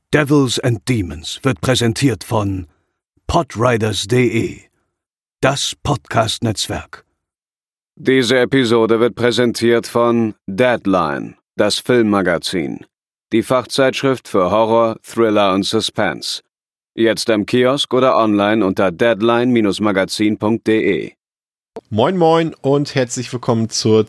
Devils and Demons wird präsentiert von podriders.de, das Podcast-Netzwerk. Diese Episode wird präsentiert von Deadline, das Filmmagazin, die Fachzeitschrift für Horror, Thriller und Suspense. Jetzt im Kiosk oder online unter deadline-magazin.de. Moin moin und herzlich willkommen zur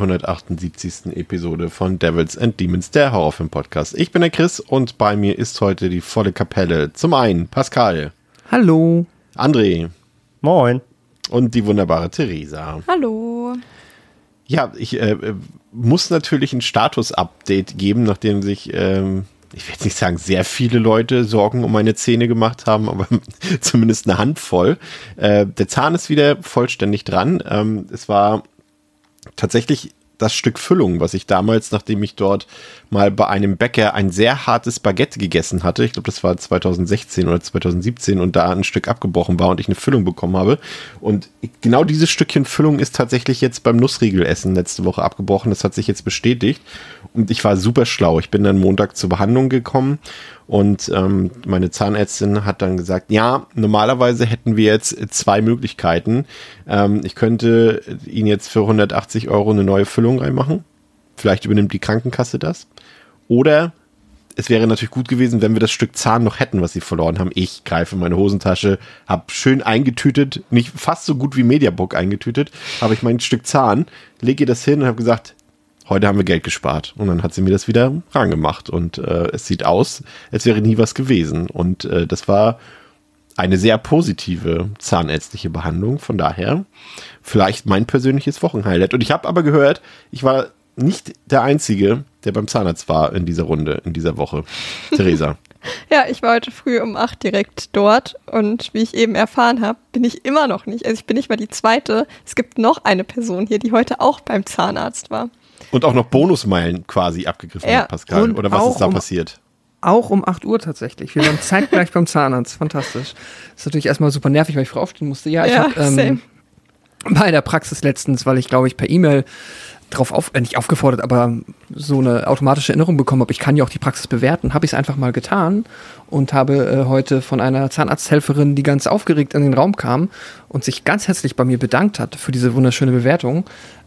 278. Episode von Devils and Demons, der Horrorfilm-Podcast. Ich bin der Chris und bei mir ist heute die volle Kapelle. Zum einen Pascal. Hallo. André. Moin. Und die wunderbare Theresa. Hallo. Ja, ich muss natürlich ein Status-Update geben, nachdem sich, ich will jetzt nicht sagen, sehr viele Leute Sorgen um meine Zähne gemacht haben, aber zumindest eine Handvoll. Der Zahn ist wieder vollständig dran. Es war tatsächlich das Stück Füllung, was ich damals, nachdem ich dort mal bei einem Bäcker ein sehr hartes Baguette gegessen hatte, ich glaube, das war 2016 oder 2017 und da ein Stück abgebrochen war und ich eine Füllung bekommen habe. Und genau dieses Stückchen Füllung ist tatsächlich jetzt beim Nussriegelessen letzte Woche abgebrochen. Das hat sich jetzt bestätigt und ich war super schlau. Ich bin dann Montag zur Behandlung gekommen und meine Zahnärztin hat dann gesagt, ja, normalerweise hätten wir jetzt zwei Möglichkeiten. Ich könnte Ihnen jetzt für 180 € eine neue Füllung reinmachen. Vielleicht übernimmt die Krankenkasse das. Oder es wäre natürlich gut gewesen, wenn wir das Stück Zahn noch hätten, was Sie verloren haben. Ich greife in meine Hosentasche, habe schön eingetütet, nicht fast so gut wie Mediabook eingetütet, habe ich mein Stück Zahn, lege ihr das hin und habe gesagt, heute haben wir Geld gespart. Und dann hat sie mir das wieder rangemacht. Und es sieht aus, als wäre nie was gewesen. Und das war eine sehr positive zahnärztliche Behandlung. Von daher vielleicht mein persönliches Wochenhighlight. Und ich habe aber gehört, ich war nicht der Einzige, der beim Zahnarzt war in dieser Runde, in dieser Woche. Theresa. Ja, ich war heute früh um 8 direkt dort und wie ich eben erfahren habe, bin ich immer noch nicht. Also ich bin nicht mal die zweite. Es gibt noch eine Person hier, die heute auch beim Zahnarzt war. Und auch noch Bonusmeilen quasi abgegriffen hat, Pascal. Oder was ist da passiert? Auch um 8 Uhr tatsächlich. Wir waren zeitgleich beim Zahnarzt. Fantastisch. Das ist natürlich erstmal super nervig, weil ich früh aufstehen musste. Ja, ich habe bei der Praxis letztens, weil ich glaube ich per E-Mail nicht aufgefordert, aber so eine automatische Erinnerung bekommen habe, ich kann ja auch die Praxis bewerten, habe ich es einfach mal getan und habe heute von einer Zahnarzthelferin, die ganz aufgeregt in den Raum kam und sich ganz herzlich bei mir bedankt hat für diese wunderschöne Bewertung,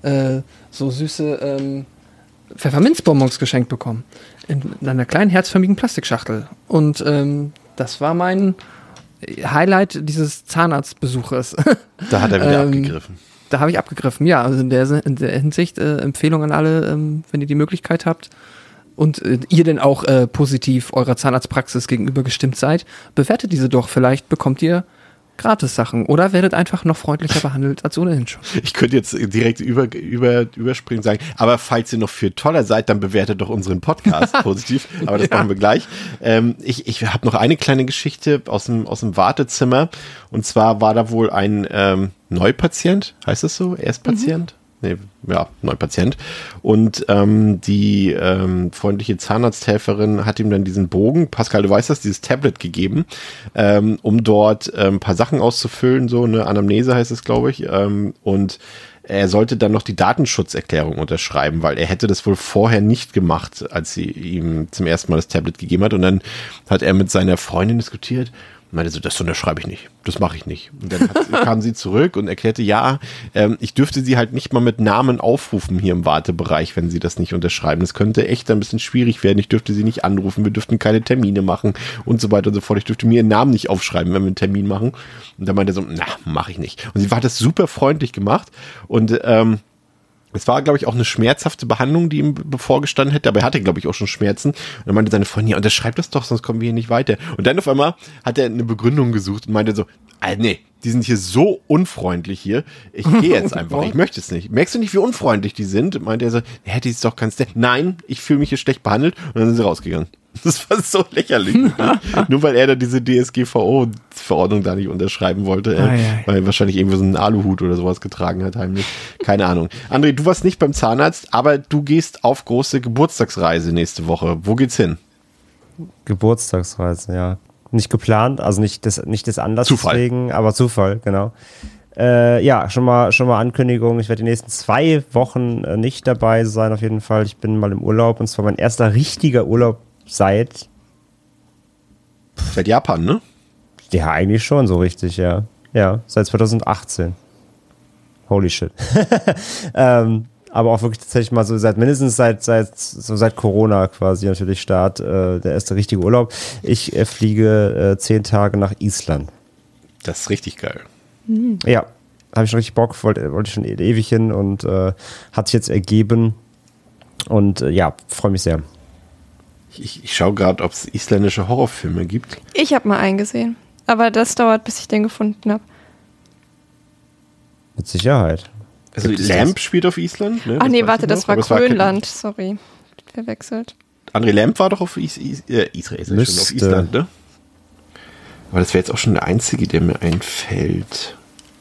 so süße Pfefferminzbonbons geschenkt bekommen. In einer kleinen herzförmigen Plastikschachtel. Und das war mein Highlight dieses Zahnarztbesuches. Da hat er wieder abgegriffen. Da habe ich abgegriffen, ja. Also in der Hinsicht Empfehlung an alle, wenn ihr die Möglichkeit habt und ihr denn auch positiv eurer Zahnarztpraxis gegenüber gestimmt seid, bewertet diese doch. Vielleicht bekommt ihr Gratis-Sachen oder werdet einfach noch freundlicher behandelt als ohnehin schon. Ich könnte jetzt direkt überspringen und sagen, aber falls ihr noch viel toller seid, dann bewertet doch unseren Podcast positiv, aber das machen wir gleich. Ich habe noch eine kleine Geschichte aus dem Wartezimmer und zwar war da wohl ein Neupatient, heißt das so? Erstpatient? Neupatient. Und die freundliche Zahnarzthelferin hat ihm dann diesen Bogen, Pascal, du weißt das, dieses Tablet gegeben, um dort ein paar Sachen auszufüllen, so eine Anamnese heißt es, glaube ich, und er sollte dann noch die Datenschutzerklärung unterschreiben, weil er hätte das wohl vorher nicht gemacht, als sie ihm zum ersten Mal das Tablet gegeben hat und dann hat er mit seiner Freundin diskutiert. Meinte so, das unterschreibe ich nicht, das mache ich nicht. Und dann kam sie zurück und erklärte, ja, ich dürfte sie halt nicht mal mit Namen aufrufen hier im Wartebereich, wenn sie das nicht unterschreiben. Das könnte echt ein bisschen schwierig werden. Ich dürfte sie nicht anrufen, wir dürften keine Termine machen und so weiter und so fort. Ich dürfte mir ihren Namen nicht aufschreiben, wenn wir einen Termin machen. Und dann meinte er so, mache ich nicht. Und sie hat das super freundlich gemacht und es war, glaube ich, auch eine schmerzhafte Behandlung, die ihm bevorgestanden hätte, aber er hatte, glaube ich, auch schon Schmerzen. Und dann meinte seine Freundin, ja, unterschreib das doch, sonst kommen wir hier nicht weiter. Und dann auf einmal hat er eine Begründung gesucht und meinte so, nee, die sind hier so unfreundlich hier, ich gehe jetzt einfach, ich möchte es nicht. Merkst du nicht, wie unfreundlich die sind? Meinte er so, die ist doch ganz nett. Nein, ich fühle mich hier schlecht behandelt. Und dann sind sie rausgegangen. Das war so lächerlich. Nur weil er da diese DSGVO-Verordnung da nicht unterschreiben wollte, weil er wahrscheinlich irgendwie so einen Aluhut oder sowas getragen hat heimlich. Keine Ahnung. André, du warst nicht beim Zahnarzt, aber du gehst auf große Geburtstagsreise nächste Woche. Wo geht's hin? Geburtstagsreise, ja. Nicht geplant, also nicht des Anlasses Zufall. wegen, aber Zufall, genau. Ja, schon mal Ankündigung. Ich werde die nächsten 2 Wochen nicht dabei sein, auf jeden Fall. Ich bin mal im Urlaub und zwar mein erster richtiger Urlaub seit Seit Japan, ne? Ja, eigentlich schon so richtig, ja. Ja, seit 2018. Holy shit. Aber auch wirklich tatsächlich mal so mindestens seit Corona quasi natürlich Start, der erste richtige Urlaub. Ich fliege 10 Tage nach Island. Das ist richtig geil. Ja, habe ich schon richtig Bock, wollte ich schon ewig hin und hat sich jetzt ergeben. Und ja, freue mich sehr. Ich schaue gerade, ob es isländische Horrorfilme gibt. Ich habe mal einen gesehen. Aber das dauert, bis ich den gefunden habe. Mit Sicherheit. Also Lamp spielt auf Island? Ne? Ach nee, warte, das war Grönland. Sorry, verwechselt. André Lamp war doch auf auf Island, ne? Aber das wäre jetzt auch schon der einzige, der mir einfällt.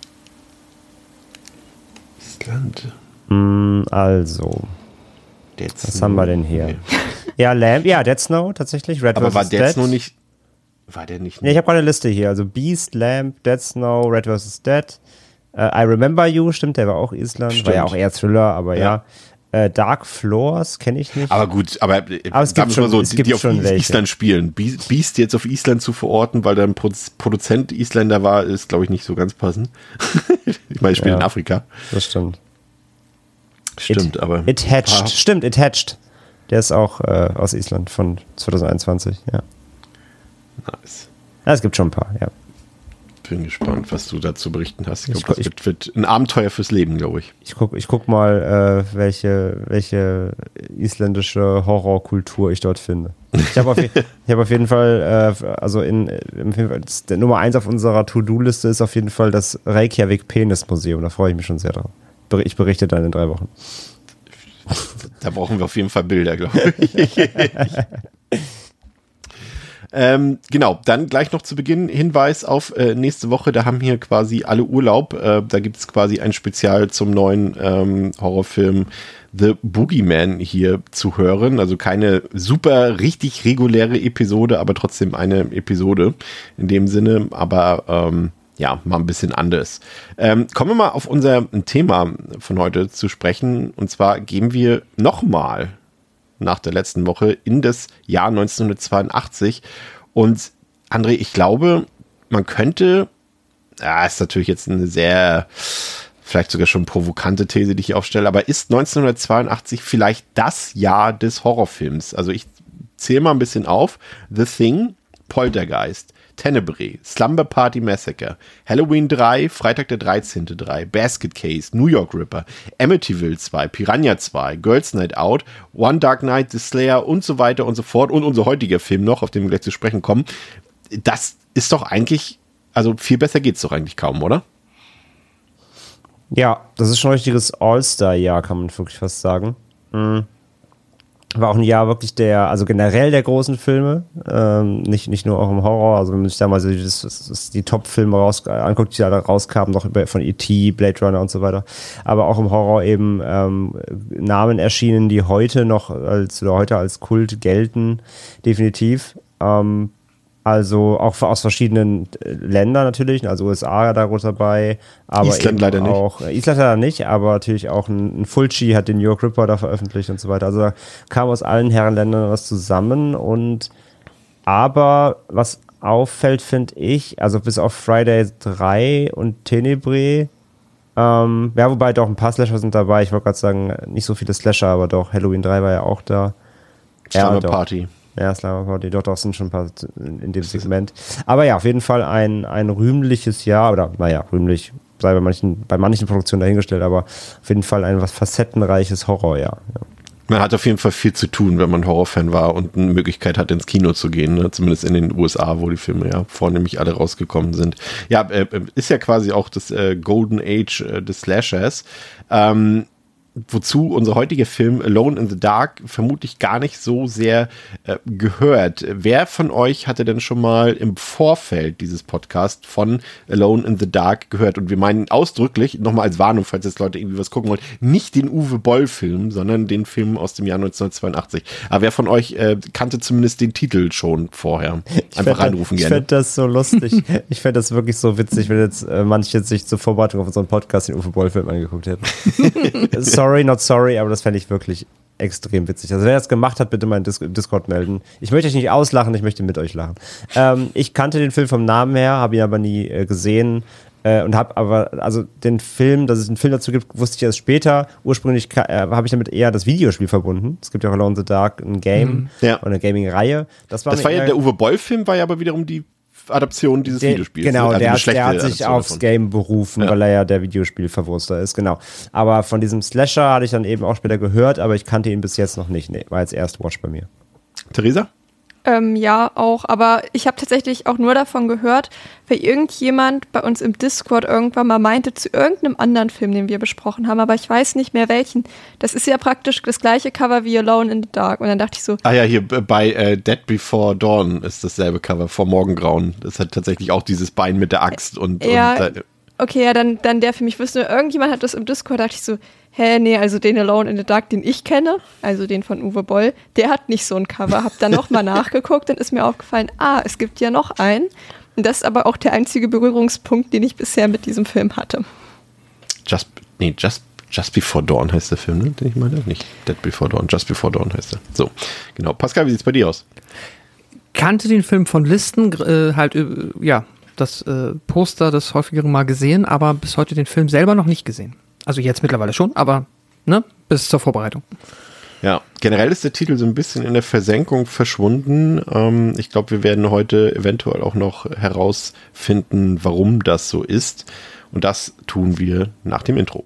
Island. Also. Was haben wir denn hier? Okay. Ja, Lamp, ja, Dead Snow tatsächlich. Red aber war Dead Snow nicht. War der nicht? Nee, ich habe gerade eine Liste hier. Also Beast, Lamp, Dead Snow, Red vs. Dead. I Remember You, stimmt, der war auch Island. Stimmt. War ja auch eher Thriller, aber ja. Dark Floors kenne ich nicht. Aber gut, aber es gibt schon so, die auf Island spielen. Beast jetzt auf Island zu verorten, weil da ein Produzent Isländer war, ist, glaube ich, nicht so ganz passend. Ich meine, ich spiele in Afrika. Das stimmt. Stimmt, aber... It Hatched. Der ist auch aus Island von 2021, ja. Nice. Ja, es gibt schon ein paar, ja. Bin gespannt, was du dazu berichten hast. Ich glaube, das wird ein Abenteuer fürs Leben, glaube ich. Ich guck mal, welche isländische Horrorkultur ich dort finde. Ich habe auf jeden Fall, der Nummer 1 auf unserer To-Do-Liste ist auf jeden Fall das Reykjavik Penis-Museum. Da freue ich mich schon sehr drauf. Ich berichte dann in 3 Wochen. Da brauchen wir auf jeden Fall Bilder, glaube ich. Genau, dann gleich noch zu Beginn Hinweis auf nächste Woche, da haben hier quasi alle Urlaub, da gibt es quasi ein Spezial zum neuen Horrorfilm The Boogeyman hier zu hören, also keine super richtig reguläre Episode, aber trotzdem eine Episode in dem Sinne, aber ja, mal ein bisschen anders. Kommen wir mal auf unser Thema von heute zu sprechen, und zwar gehen wir nochmal nach der letzten Woche in das Jahr 1982. Und André, ich glaube, man könnte, ist natürlich jetzt eine sehr, vielleicht sogar schon provokante These, die ich aufstelle, aber ist 1982 vielleicht das Jahr des Horrorfilms? Also ich zähle mal ein bisschen auf. The Thing, Poltergeist, Tenebrae, Slumber Party Massacre, Halloween 3, Freitag der 13. 3, Basket Case, New York Ripper, Amityville 2, Piranha 2, Girls Night Out, One Dark Night, The Slayer und so weiter und so fort und unser heutiger Film noch, auf den wir gleich zu sprechen kommen. Das ist doch eigentlich, also viel besser geht's doch eigentlich kaum, oder? Ja, das ist schon ein richtiges All-Star-Jahr, kann man wirklich fast sagen. War auch ein Jahr wirklich also generell der großen Filme, nicht nur auch im Horror, also wenn man sich da mal so die Top-Filme anguckt, die da rauskamen, noch von E.T., Blade Runner und so weiter, aber auch im Horror eben Namen erschienen, die heute als Kult gelten, definitiv. Also auch aus verschiedenen Ländern natürlich, also USA da groß dabei, aber Island leider nicht. Island leider nicht, aber natürlich auch ein Fulci hat den New York Ripper da veröffentlicht und so weiter. Also da kam aus allen Herrenländern was zusammen, aber was auffällt, finde ich, also bis auf Friday 3 und Tenebrae, wobei doch ein paar Slasher sind dabei, ich wollte gerade sagen, nicht so viele Slasher, aber doch, Halloween 3 war ja auch da. Slumber Party. Ja, Slumber Party, doch sind schon ein paar in dem Segment. Aber ja, auf jeden Fall ein rühmliches Jahr, oder naja, rühmlich sei bei manchen Produktionen dahingestellt, aber auf jeden Fall ein was facettenreiches Horrorjahr. Ja. Man hat auf jeden Fall viel zu tun, wenn man Horrorfan war und eine Möglichkeit hat, ins Kino zu gehen, ne? Zumindest in den USA, wo die Filme ja vornehmlich alle rausgekommen sind. Ja, ist ja quasi auch das Golden Age des Slashers. Wozu unser heutiger Film Alone in the Dark vermutlich gar nicht so sehr gehört. Wer von euch hatte denn schon mal im Vorfeld dieses Podcasts von Alone in the Dark gehört? Und wir meinen ausdrücklich, nochmal als Warnung, falls jetzt Leute irgendwie was gucken wollen, nicht den Uwe Boll-Film, sondern den Film aus dem Jahr 1982. Aber wer von euch kannte zumindest den Titel schon vorher? Einfach reinrufen gerne. Ich fände das so lustig. Ich fände das wirklich so witzig, wenn jetzt manche sich zur Vorbereitung auf unseren Podcast den Uwe Boll-Film angeguckt hätten. Sorry, not sorry, aber das fände ich wirklich extrem witzig. Also wer das gemacht hat, bitte mal im Discord melden. Ich möchte euch nicht auslachen, ich möchte mit euch lachen. Ich kannte den Film vom Namen her, habe ihn aber nie gesehen. Und habe aber, also den Film, dass es einen Film dazu gibt, wusste ich erst später. Ursprünglich habe ich damit eher das Videospiel verbunden. Es gibt ja auch Alone in the Dark ein Game oder eine Gaming-Reihe. Das war ja der Uwe Boll-Film, war ja aber wiederum die Adaption dieses Videospiels. Genau, also der hat sich aufs Game berufen, weil er ja der Videospielverwurster ist, genau. Aber von diesem Slasher hatte ich dann eben auch später gehört, aber ich kannte ihn bis jetzt noch nicht. Nee, war jetzt erst Watch bei mir. Theresa? Ja, auch. Aber ich habe tatsächlich auch nur davon gehört, weil irgendjemand bei uns im Discord irgendwann mal meinte zu irgendeinem anderen Film, den wir besprochen haben, aber ich weiß nicht mehr welchen. Das ist ja praktisch das gleiche Cover wie Alone in the Dark. Und dann dachte ich so... Ah ja, hier bei Dead Before Dawn ist dasselbe Cover, vor Morgengrauen. Das hat tatsächlich auch dieses Bein mit der Axt und... Okay, ja, dann der für mich wüsste, irgendjemand hat das im Discord, dachte ich so, nee, also den Alone in the Dark, den ich kenne, also den von Uwe Boll, der hat nicht so ein Cover. Hab dann nochmal nachgeguckt, dann ist mir aufgefallen, es gibt ja noch einen. Und das ist aber auch der einzige Berührungspunkt, den ich bisher mit diesem Film hatte. Just Before Dawn heißt der Film, ne? Den ich meine, nicht Dead Before Dawn, Just Before Dawn heißt er. So, genau. Pascal, wie sieht's bei dir aus? Kannte den Film von Listen, das Poster das häufigere mal gesehen, aber bis heute den Film selber noch nicht gesehen. Also jetzt mittlerweile schon, aber bis zur Vorbereitung. Ja, generell ist der Titel so ein bisschen in der Versenkung verschwunden. Ich glaube, wir werden heute eventuell auch noch herausfinden, warum das so ist. Und das tun wir nach dem Intro.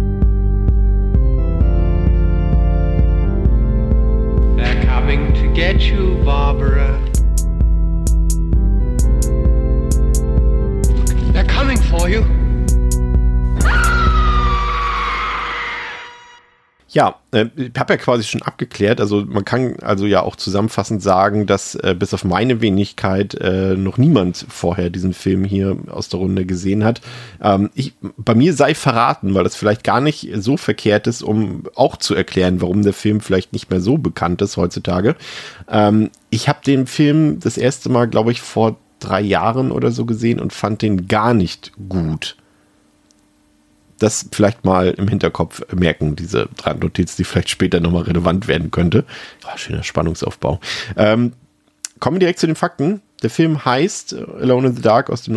They're coming to get you, Barbara. They're coming for you. Ja, ich habe ja quasi schon abgeklärt, also man kann also ja auch zusammenfassend sagen, dass bis auf meine Wenigkeit noch niemand vorher diesen Film hier aus der Runde gesehen hat. Bei mir sei verraten, weil das vielleicht gar nicht so verkehrt ist, um auch zu erklären, warum der Film vielleicht nicht mehr so bekannt ist heutzutage. Ich habe den Film das erste Mal, glaube ich, vor 3 Jahren oder so gesehen und fand den gar nicht gut. Das vielleicht mal im Hinterkopf merken, diese Notiz, die vielleicht später nochmal relevant werden könnte. Schöner Spannungsaufbau. Kommen wir direkt zu den Fakten. Der Film heißt Alone in the Dark aus dem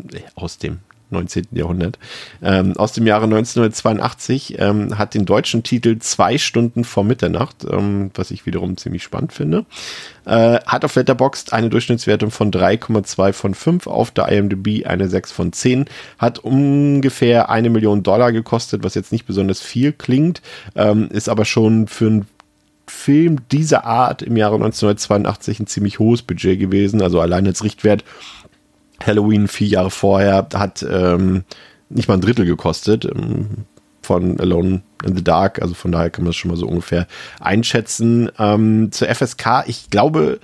19. Jahrhundert. Aus dem Jahre 1982, hat den deutschen Titel 2 Stunden vor Mitternacht, was ich wiederum ziemlich spannend finde. Hat auf Letterboxd eine Durchschnittswertung von 3,2 von 5, auf der IMDb eine 6 von 10, hat ungefähr $1 Million gekostet, was jetzt nicht besonders viel klingt, ist aber schon für einen Film dieser Art im Jahre 1982 ein ziemlich hohes Budget gewesen, also allein als Richtwert. Halloween 4 Jahre vorher hat nicht mal ein Drittel gekostet von Alone in the Dark, also von daher kann man das schon mal so ungefähr einschätzen. Zur FSK, ich glaube,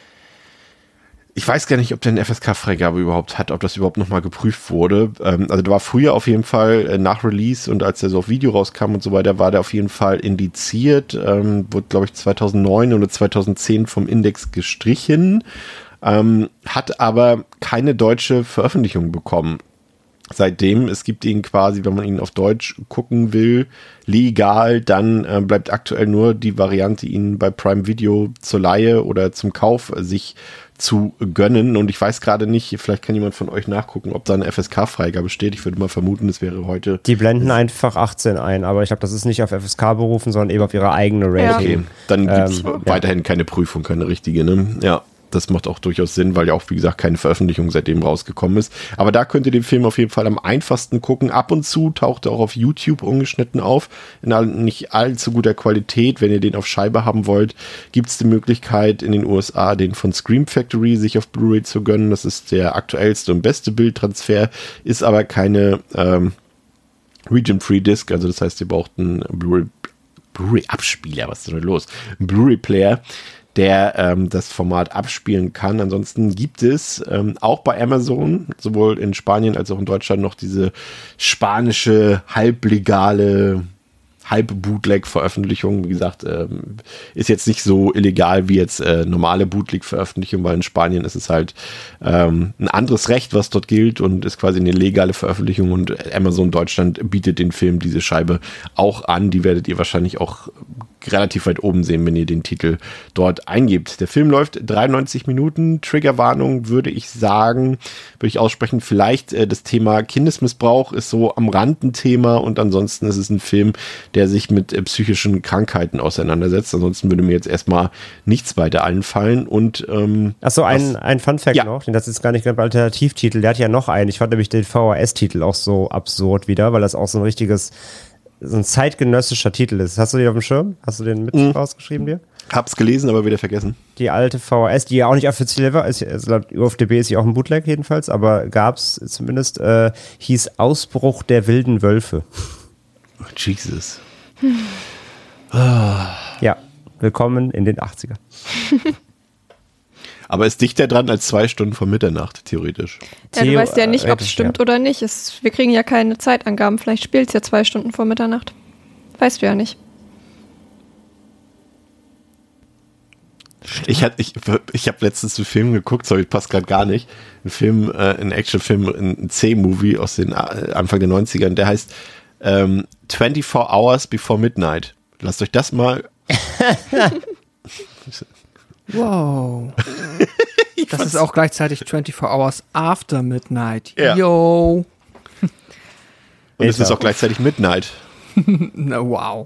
ich weiß gar nicht, ob der eine FSK-Freigabe überhaupt hat, ob das überhaupt nochmal geprüft wurde. Also da war früher auf jeden Fall nach Release und als der so auf Video rauskam und so weiter, war der auf jeden Fall indiziert, wurde glaube ich 2009 oder 2010 vom Index gestrichen. Hat aber keine deutsche Veröffentlichung bekommen. Seitdem, es gibt ihn quasi, wenn man ihn auf Deutsch gucken will, legal, dann bleibt aktuell nur die Variante, ihn bei Prime Video zur Leihe oder zum Kauf sich zu gönnen. Und ich weiß gerade nicht, vielleicht kann jemand von euch nachgucken, ob da eine FSK-Freigabe steht. Ich würde mal vermuten, es wäre heute... Die blenden einfach 18 ein, aber ich glaube, das ist nicht auf FSK berufen, sondern eben auf ihre eigene Rating. Okay, dann gibt es weiterhin keine Prüfung, keine richtige, ne? Ja. Das macht auch durchaus Sinn, weil ja auch, wie gesagt, keine Veröffentlichung seitdem rausgekommen ist. Aber da könnt ihr den Film auf jeden Fall am einfachsten gucken. Ab und zu taucht er auch auf YouTube ungeschnitten auf. In nicht allzu guter Qualität. Wenn ihr den auf Scheibe haben wollt, gibt es die Möglichkeit, in den USA den von Scream Factory sich auf Blu-ray zu gönnen. Das ist der aktuellste und beste Bildtransfer, ist aber keine Region-Free Disc. Also das heißt, ihr braucht einen Blu-ray-Abspieler. Was ist denn los? Ein Blu-ray-Player, der das Format abspielen kann. Ansonsten gibt es auch bei Amazon, sowohl in Spanien als auch in Deutschland, noch diese spanische halblegale Halb-Bootleg-Veröffentlichung. Wie gesagt, ist jetzt nicht so illegal wie jetzt normale Bootleg-Veröffentlichung, weil in Spanien ist es halt ein anderes Recht, was dort gilt und ist quasi eine legale Veröffentlichung und Amazon Deutschland bietet den Film diese Scheibe auch an. Die werdet ihr wahrscheinlich auch relativ weit oben sehen, wenn ihr den Titel dort eingebt. Der Film läuft 93 Minuten. Triggerwarnung würde ich aussprechen, vielleicht das Thema Kindesmissbrauch ist so am Rand ein Thema und ansonsten ist es ein Film, der sich mit psychischen Krankheiten auseinandersetzt. Ansonsten würde mir jetzt erstmal nichts weiter einfallen. Und achso, ein Fun-Fact noch, den das ist gar nicht beim Alternativtitel, der hat ja noch einen. Ich fand nämlich den VHS-Titel auch so absurd wieder, weil das auch so ein zeitgenössischer Titel ist. Hast du den auf dem Schirm? Hast du den mit rausgeschrieben dir? Hab's gelesen, aber wieder vergessen. Die alte VHS, die ja auch nicht offiziell war, also laut UFDB ist sie auch ein Bootleg jedenfalls, aber gab's zumindest, hieß Ausbruch der wilden Wölfe. Oh, Jesus. Ja, willkommen in den 80er. Aber ist dichter dran als 2 Stunden vor Mitternacht, theoretisch. Ja, du weißt ja nicht, ob es stimmt oder nicht. Wir kriegen ja keine Zeitangaben. Vielleicht spielt es ja 2 Stunden vor Mitternacht. Weißt du ja nicht. Ich habe letztens einen Film geguckt, sorry, passt gerade gar nicht. Ein Actionfilm, ein C-Movie aus den Anfang der 90ern, der heißt 24 Hours Before Midnight. Lasst euch das mal... Wow. Das ist auch gleichzeitig 24 Hours After Midnight. Ja. Yo. Und es ist auch gleichzeitig Midnight. Na, wow.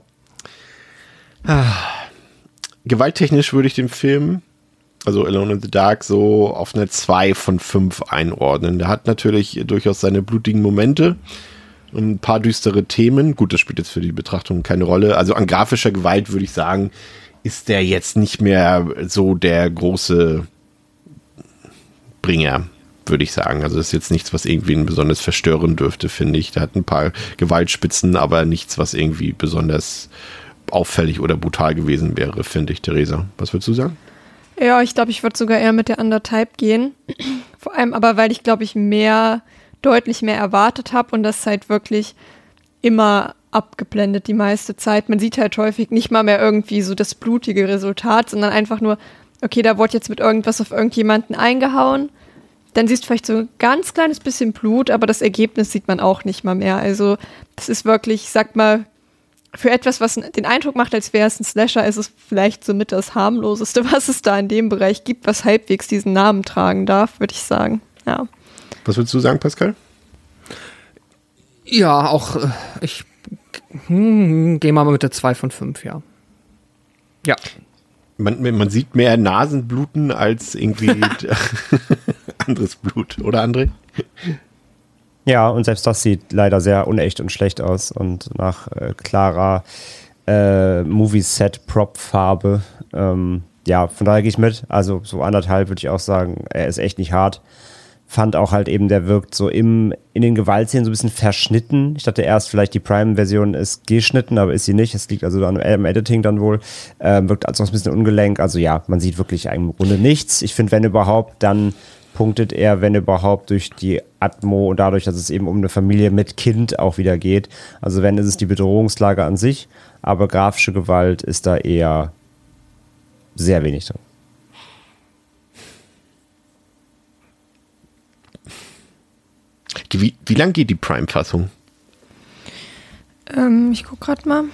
Gewalttechnisch würde ich den Film, also Alone in the Dark, so auf eine 2 von 5 einordnen. Der hat natürlich durchaus seine blutigen Momente und ein paar düstere Themen. Gut, das spielt jetzt für die Betrachtung keine Rolle. Also an grafischer Gewalt würde ich sagen, ist der jetzt nicht mehr so der große Bringer, würde ich sagen. Also das ist jetzt nichts, was irgendwie ihn besonders verstören dürfte, finde ich. Der hat ein paar Gewaltspitzen, aber nichts, was irgendwie besonders auffällig oder brutal gewesen wäre, finde ich. Theresa, was würdest du sagen? Ja, ich glaube, ich würde sogar eher mit der Undertype gehen. Vor allem aber, weil ich, glaube ich, deutlich mehr erwartet habe und das halt wirklich immer abgeblendet die meiste Zeit. Man sieht halt häufig nicht mal mehr irgendwie so das blutige Resultat, sondern einfach nur, okay, da wurde jetzt mit irgendwas auf irgendjemanden eingehauen. Dann siehst du vielleicht so ein ganz kleines bisschen Blut, aber das Ergebnis sieht man auch nicht mal mehr. Also das ist wirklich, sag mal, für etwas, was den Eindruck macht, als wäre es ein Slasher, ist es vielleicht somit das harmloseste, was es da in dem Bereich gibt, was halbwegs diesen Namen tragen darf, würde ich sagen. Ja. Was würdest du sagen, Pascal? Ja, auch ich gehe mal mit der 2 von 5, ja. Ja. Man sieht mehr Nasenbluten als irgendwie anderes Blut, oder André? Ja, und selbst das sieht leider sehr unecht und schlecht aus und nach klarer Movie-Set-Prop-Farbe. Ja, von daher gehe ich mit. Also so 1,5 würde ich auch sagen, er ist echt nicht hart. Fand auch halt eben, der wirkt so in den Gewaltszenen so ein bisschen verschnitten. Ich dachte erst, vielleicht die Prime-Version ist geschnitten, aber ist sie nicht. Es liegt also am Editing dann wohl. Wirkt also noch ein bisschen ungelenk. Also ja, man sieht wirklich im Grunde nichts. Ich finde, wenn überhaupt, dann punktet er, wenn überhaupt, durch die Atmo und dadurch, dass es eben um eine Familie mit Kind auch wieder geht. Also wenn, ist es die Bedrohungslage an sich, aber grafische Gewalt ist da eher sehr wenig drin. Wie lang geht die Prime-Fassung? Ich guck gerade mal.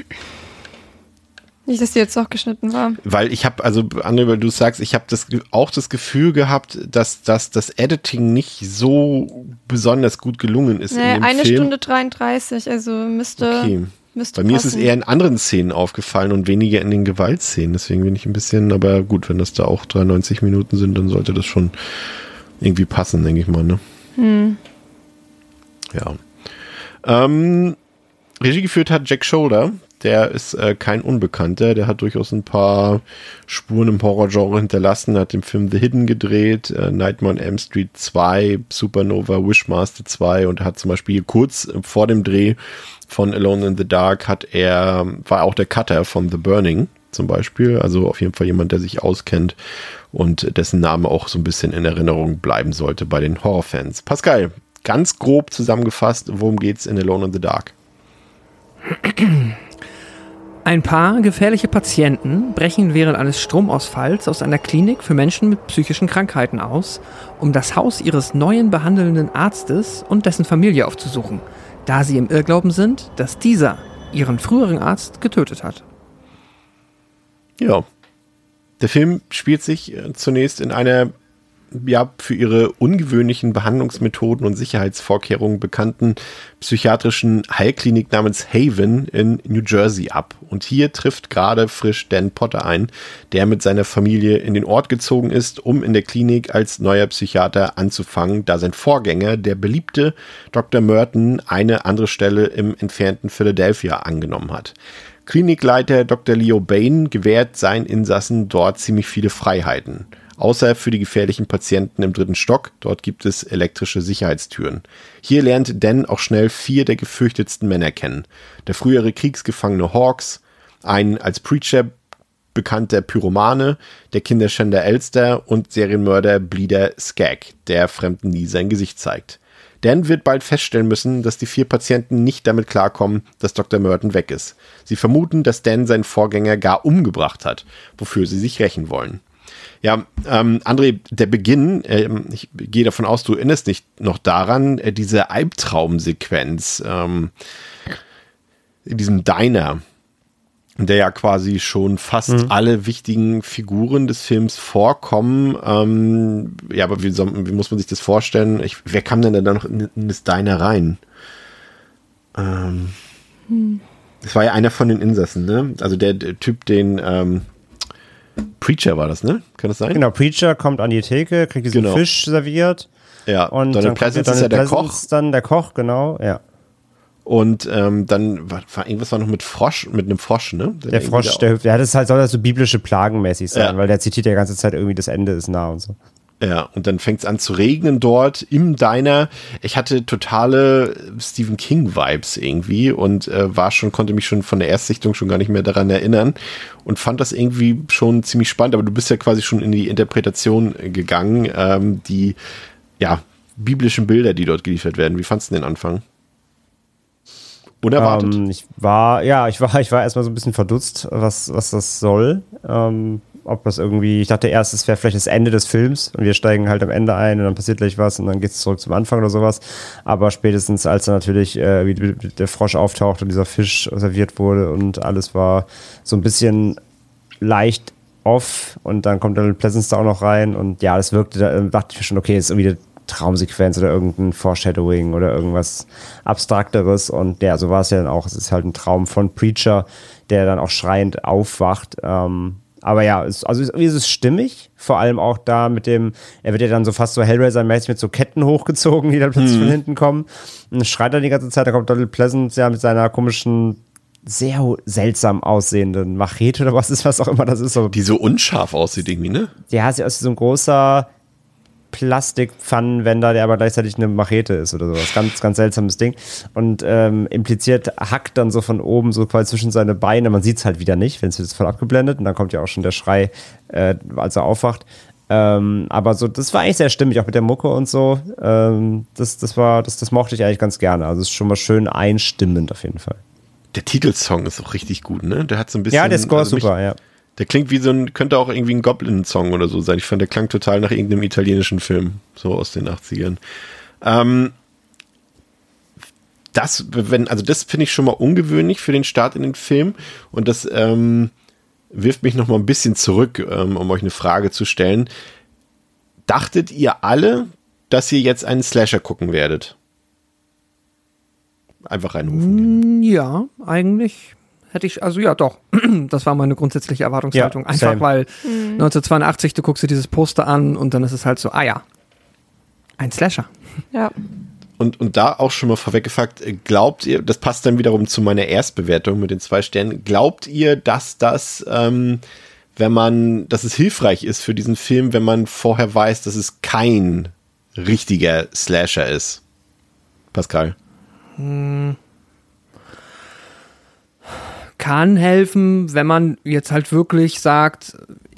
Nicht, dass die jetzt auch geschnitten war. Weil ich habe, also André, weil du sagst, ich habe auch das Gefühl gehabt, dass das Editing nicht so besonders gut gelungen ist in dem Film. 1 Stunde 33, also müsste Bei passen. mir ist es eher in anderen Szenen aufgefallen und weniger in den Gewaltszenen. Deswegen bin ich ein bisschen, aber gut, wenn das da auch 93 Minuten sind, dann sollte das schon irgendwie passen, denke ich mal, ne? Ja. Regie geführt hat Jack Shoulder. Der ist kein Unbekannter. Der hat durchaus ein paar Spuren im Horrorgenre hinterlassen. Er hat den Film The Hidden gedreht, Nightmare on Elm Street 2, Supernova, Wishmaster 2 und hat zum Beispiel kurz vor dem Dreh von Alone in the Dark war auch der Cutter von The Burning zum Beispiel. Also auf jeden Fall jemand, der sich auskennt und dessen Name auch so ein bisschen in Erinnerung bleiben sollte bei den Horrorfans. Pascal, ganz grob zusammengefasst, worum geht's in Alone in the Dark? Ein paar gefährliche Patienten brechen während eines Stromausfalls aus einer Klinik für Menschen mit psychischen Krankheiten aus, um das Haus ihres neuen behandelnden Arztes und dessen Familie aufzusuchen, da sie im Irrglauben sind, dass dieser ihren früheren Arzt getötet hat. Ja. Der Film spielt sich zunächst in einer für ihre ungewöhnlichen Behandlungsmethoden und Sicherheitsvorkehrungen bekannten psychiatrischen Heilklinik namens Haven in New Jersey ab. Und hier trifft gerade frisch Dan Potter ein, der mit seiner Familie in den Ort gezogen ist, um in der Klinik als neuer Psychiater anzufangen, da sein Vorgänger, der beliebte Dr. Merton, eine andere Stelle im entfernten Philadelphia angenommen hat. Klinikleiter Dr. Leo Bain gewährt seinen Insassen dort ziemlich viele Freiheiten. Außer für die gefährlichen Patienten im 3. Stock. Dort gibt es elektrische Sicherheitstüren. Hier lernt Dan auch schnell 4 der gefürchtetsten Männer kennen. Der frühere Kriegsgefangene Hawks, ein als Preacher bekannter Pyromane, der Kinderschänder Elster und Serienmörder Bleeder Skagg, der Fremden nie sein Gesicht zeigt. Dan wird bald feststellen müssen, dass die 4 Patienten nicht damit klarkommen, dass Dr. Merton weg ist. Sie vermuten, dass Dan seinen Vorgänger gar umgebracht hat, wofür sie sich rächen wollen. Ja, André, der Beginn, ich gehe davon aus, du erinnerst dich noch daran, diese Albtraumsequenz in diesem Diner, in der ja quasi schon fast alle wichtigen Figuren des Films vorkommen. Aber wie muss man sich das vorstellen? Wer kam denn da noch in das Diner rein? Das war ja einer von den Insassen, ne? Also der Typ, den Preacher war das, ne? Kann das sein? Genau, Preacher kommt an die Theke, kriegt diesen Fisch serviert. Ja, und Donald Pleasence ist ja der Koch. Dann der Koch, genau, ja. Und dann war irgendwas noch mit einem Frosch, ne? Der Frosch, soll das so biblische Plagenmäßig sein, weil der zitiert ja die ganze Zeit irgendwie, das Ende ist nah und so. Ja, und dann fängt es an zu regnen dort im Diner. Ich hatte totale Stephen King-Vibes irgendwie und konnte mich schon von der Erstsichtung schon gar nicht mehr daran erinnern und fand das irgendwie schon ziemlich spannend. Aber du bist ja quasi schon in die Interpretation gegangen, die biblischen Bilder, die dort geliefert werden. Wie fandst du den Anfang? Unerwartet? Ich war erstmal so ein bisschen verdutzt, was das soll. Ob das irgendwie, ich dachte erst, es wäre vielleicht das Ende des Films und wir steigen halt am Ende ein und dann passiert gleich was und dann geht es zurück zum Anfang oder sowas. Aber spätestens, als dann natürlich wie der Frosch auftaucht und dieser Fisch serviert wurde und alles war so ein bisschen leicht off und dann kommt dann Pleasence da auch noch rein und ja, das wirkte, da dachte ich mir schon, okay, das ist irgendwie eine Traumsequenz oder irgendein Foreshadowing oder irgendwas Abstrakteres und ja, so war es ja dann auch. Es ist halt ein Traum von Preacher, der dann auch schreiend aufwacht. Aber ja, es ist stimmig, vor allem auch da mit dem, er wird ja dann so fast so Hellraiser-mäßig mit so Ketten hochgezogen, die dann plötzlich von hinten kommen und schreit dann die ganze Zeit, da kommt Donald Pleasence ja mit seiner komischen, sehr seltsam aussehenden Machete oder was auch immer das ist. Die so unscharf aussieht irgendwie, ne? Ja, sie ist so ein großer Plastikpfannenwender, der aber gleichzeitig eine Machete ist oder sowas. Ganz, ganz seltsames Ding. Und impliziert hackt dann so von oben so quasi zwischen seine Beine. Man sieht es halt wieder nicht, wenn es jetzt voll abgeblendet. Und dann kommt ja auch schon der Schrei, als er aufwacht. Aber so, das war eigentlich sehr stimmig, auch mit der Mucke und so. Das mochte ich eigentlich ganz gerne. Also es ist schon mal schön einstimmend auf jeden Fall. Der Titelsong ist auch richtig gut, ne? Der hat so ein bisschen... Ja, der Score ist super, ja. Der klingt wie könnte auch irgendwie ein Goblin-Song oder so sein. Ich fand, der klang total nach irgendeinem italienischen Film, so aus den 80ern. Das finde ich schon mal ungewöhnlich für den Start in den Film und das wirft mich noch mal ein bisschen zurück, um euch eine Frage zu stellen. Dachtet ihr alle, dass ihr jetzt einen Slasher gucken werdet? Einfach reinrufen. Ja, eigentlich. Hätte ich, also ja, doch. Das war meine grundsätzliche Erwartungshaltung. Ja, einfach weil 1982, du guckst dir dieses Poster an und dann ist es halt so, ein Slasher. Ja. Und da auch schon mal vorweg gefragt, glaubt ihr, das passt dann wiederum zu meiner Erstbewertung mit den 2 Sternen, glaubt ihr, dass dass es hilfreich ist für diesen Film, wenn man vorher weiß, dass es kein richtiger Slasher ist? Pascal? Kann helfen, wenn man jetzt halt wirklich sagt,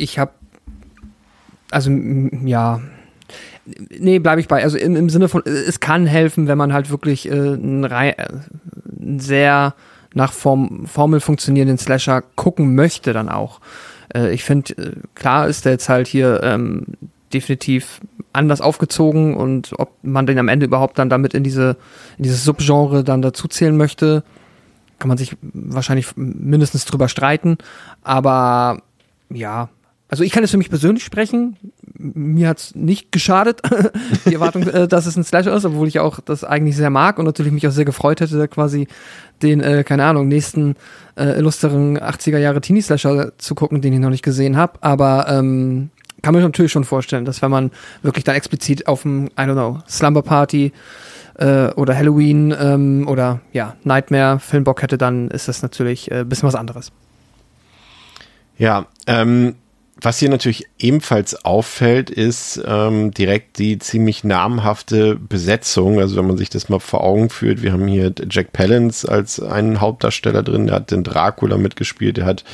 bleibe ich bei. Also im Sinne von, es kann helfen, wenn man halt wirklich einen sehr nach Formel funktionierenden Slasher gucken möchte dann auch. Ich finde, klar ist der jetzt halt hier definitiv anders aufgezogen und ob man den am Ende überhaupt dann damit in dieses Subgenre dann dazu zählen möchte, kann man sich wahrscheinlich mindestens drüber streiten. Aber ja, also ich kann jetzt für mich persönlich sprechen. Mir hat es nicht geschadet, die Erwartung, dass es ein Slasher ist, obwohl ich auch das eigentlich sehr mag und natürlich mich auch sehr gefreut hätte, quasi den, keine Ahnung, nächsten illustren 80er-Jahre-Teenie-Slasher zu gucken, den ich noch nicht gesehen habe. Aber kann man natürlich schon vorstellen, dass wenn man wirklich dann explizit auf dem, I don't know, Slumber Party oder Halloween oder ja, Nightmare Filmbock hätte, dann ist das natürlich ein bisschen was anderes. Ja, was hier natürlich ebenfalls auffällt, ist direkt die ziemlich namhafte Besetzung. Also wenn man sich das mal vor Augen führt, wir haben hier Jack Palance als einen Hauptdarsteller drin, der hat den Dracula mitgespielt, der hat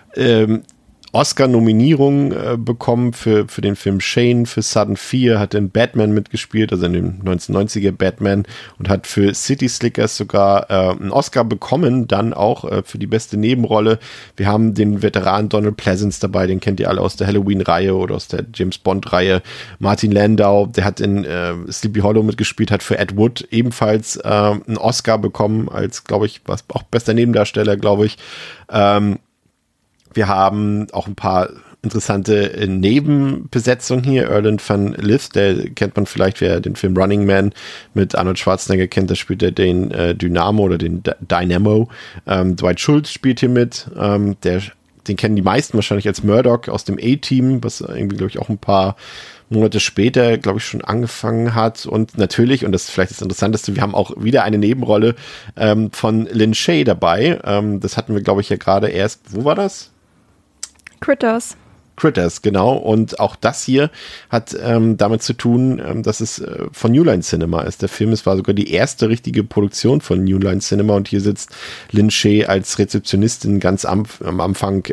Oscar-Nominierung bekommen für den Film Shane, für Sudden Fear, hat in Batman mitgespielt, also in dem 1990er Batman, und hat für City Slickers sogar einen Oscar bekommen, dann auch für die beste Nebenrolle. Wir haben den Veteran Donald Pleasence dabei, den kennt ihr alle aus der Halloween-Reihe oder aus der James-Bond-Reihe. Martin Landau, der hat in Sleepy Hollow mitgespielt, hat für Ed Wood ebenfalls einen Oscar bekommen, als, glaube ich, auch bester Nebendarsteller, glaube ich. Wir haben auch ein paar interessante Nebenbesetzungen hier. Erland van Lith, der kennt man vielleicht, wer den Film Running Man mit Arnold Schwarzenegger kennt, da spielt er den Dynamo oder den Dynamo. Dwight Schultz spielt hier mit. Den kennen die meisten wahrscheinlich als Murdoch aus dem A-Team, was irgendwie, glaube ich, auch ein paar Monate später, glaube ich, schon angefangen hat. Und natürlich, und das ist vielleicht das Interessanteste, wir haben auch wieder eine Nebenrolle von Lin Shaye dabei. Das hatten wir, glaube ich, ja gerade erst, wo war das? Critters, genau. Und auch das hier hat damit zu tun, dass es von New Line Cinema ist. Der Film, es war sogar die erste richtige Produktion von New Line Cinema und hier sitzt Lin Shaye als Rezeptionistin ganz am Anfang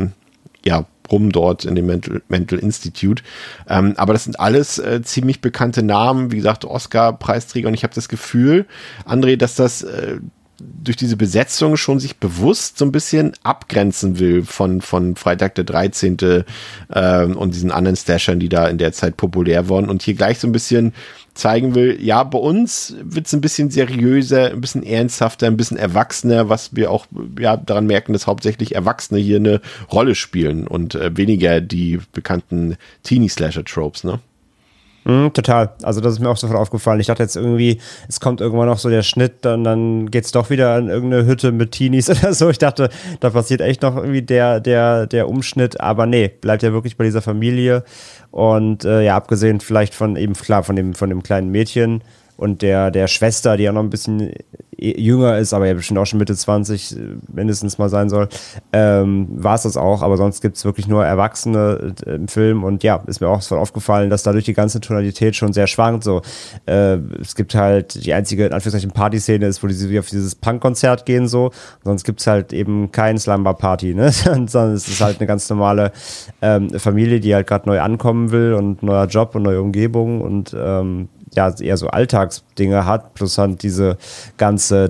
rum dort in dem Mental Institute. Aber das sind alles ziemlich bekannte Namen, wie gesagt, Oscar-Preisträger, und ich habe das Gefühl, André, dass das durch diese Besetzung schon sich bewusst so ein bisschen abgrenzen will von Freitag der 13. Und diesen anderen Slashern, die da in der Zeit populär waren, und hier gleich so ein bisschen zeigen will, ja, bei uns wird es ein bisschen seriöser, ein bisschen ernsthafter, ein bisschen erwachsener, was wir auch daran merken, dass hauptsächlich Erwachsene hier eine Rolle spielen und weniger die bekannten Teenie-Slasher-Tropes, ne? Total. Also das ist mir auch sofort aufgefallen. Ich dachte jetzt irgendwie, es kommt irgendwann noch so der Schnitt, dann geht's doch wieder in irgendeine Hütte mit Teenies oder so. Ich dachte, da passiert echt noch irgendwie der Umschnitt, aber nee, bleibt ja wirklich bei dieser Familie. Und abgesehen vielleicht von dem kleinen Mädchen und der Schwester, die ja noch ein bisschen jünger ist, aber ja bestimmt auch schon Mitte 20 mindestens mal sein soll, war es das auch. Aber sonst gibt es wirklich nur Erwachsene im Film. Und ja, ist mir auch so aufgefallen, dass dadurch die ganze Tonalität schon sehr schwankt. So, es gibt halt die einzige, in Anführungszeichen, Partyszene ist, wo die auf dieses Punkkonzert gehen so. Sonst gibt es halt eben kein Slumber-Party, ne? Sondern es ist halt eine ganz normale Familie, die halt gerade neu ankommen will und neuer Job und neue Umgebung und eher so Alltagsdinge hat, plus halt diese ganze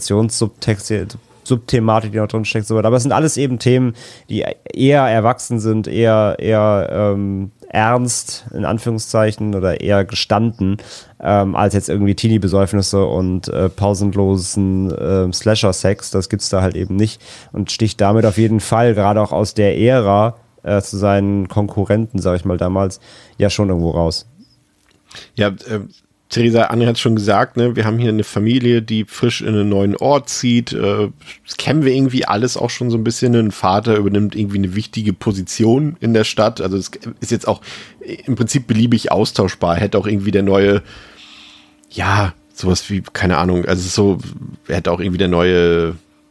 Subthematik, die noch drin steckt, so. Aber es sind alles eben Themen, die eher erwachsen sind, eher ernst, in Anführungszeichen, oder eher gestanden, als jetzt irgendwie Teenie-Besäufnisse und pausenlosen Slasher-Sex. Das gibt's da halt eben nicht und sticht damit auf jeden Fall, gerade auch aus der Ära, zu seinen Konkurrenten, sag ich mal damals, ja schon irgendwo raus. Ja, Theresa, André hat es schon gesagt, ne? Wir haben hier eine Familie, die frisch in einen neuen Ort zieht. Das kennen wir irgendwie alles auch schon so ein bisschen. Ein Vater übernimmt irgendwie eine wichtige Position in der Stadt. Also es ist jetzt auch im Prinzip beliebig austauschbar. Hätte auch irgendwie der neue, sowas wie, keine Ahnung, also so, er hätte auch irgendwie der neue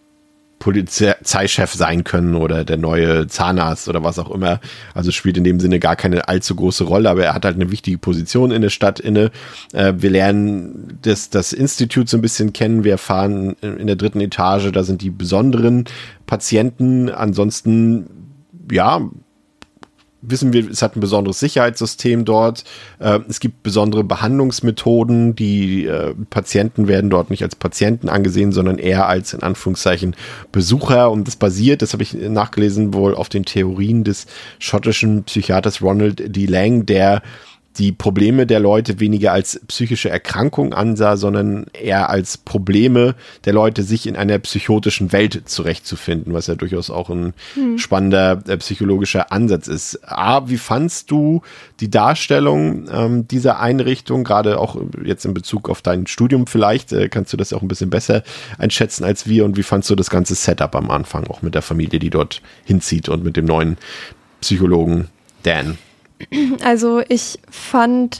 Polizeichef sein können oder der neue Zahnarzt oder was auch immer. Also spielt in dem Sinne gar keine allzu große Rolle, aber er hat halt eine wichtige Position in der Stadt inne. Wir lernen das Institut so ein bisschen kennen. Wir erfahren in der 3. Etage, da sind die besonderen Patienten. Ansonsten, wissen wir, es hat ein besonderes Sicherheitssystem dort. Es gibt besondere Behandlungsmethoden. Die Patienten werden dort nicht als Patienten angesehen, sondern eher als, in Anführungszeichen, Besucher. Und das basiert, das habe ich nachgelesen, wohl auf den Theorien des schottischen Psychiaters Ronald D. Lang, der die Probleme der Leute weniger als psychische Erkrankung ansah, sondern eher als Probleme der Leute, sich in einer psychotischen Welt zurechtzufinden, was ja durchaus auch ein spannender psychologischer Ansatz ist. Wie fandst du die Darstellung dieser Einrichtung, gerade auch jetzt in Bezug auf dein Studium vielleicht? Kannst du das auch ein bisschen besser einschätzen als wir? Und wie fandst du das ganze Setup am Anfang, auch mit der Familie, die dort hinzieht und mit dem neuen Psychologen Dan? Also ich fand,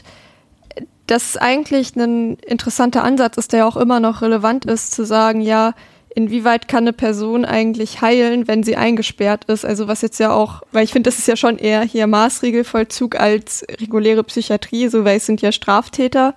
dass eigentlich ein interessanter Ansatz ist, der auch immer noch relevant ist, zu sagen, ja, inwieweit kann eine Person eigentlich heilen, wenn sie eingesperrt ist? Also was jetzt ja auch, weil ich finde, das ist ja schon eher hier Maßregelvollzug als reguläre Psychiatrie, so, weil es sind ja Straftäter.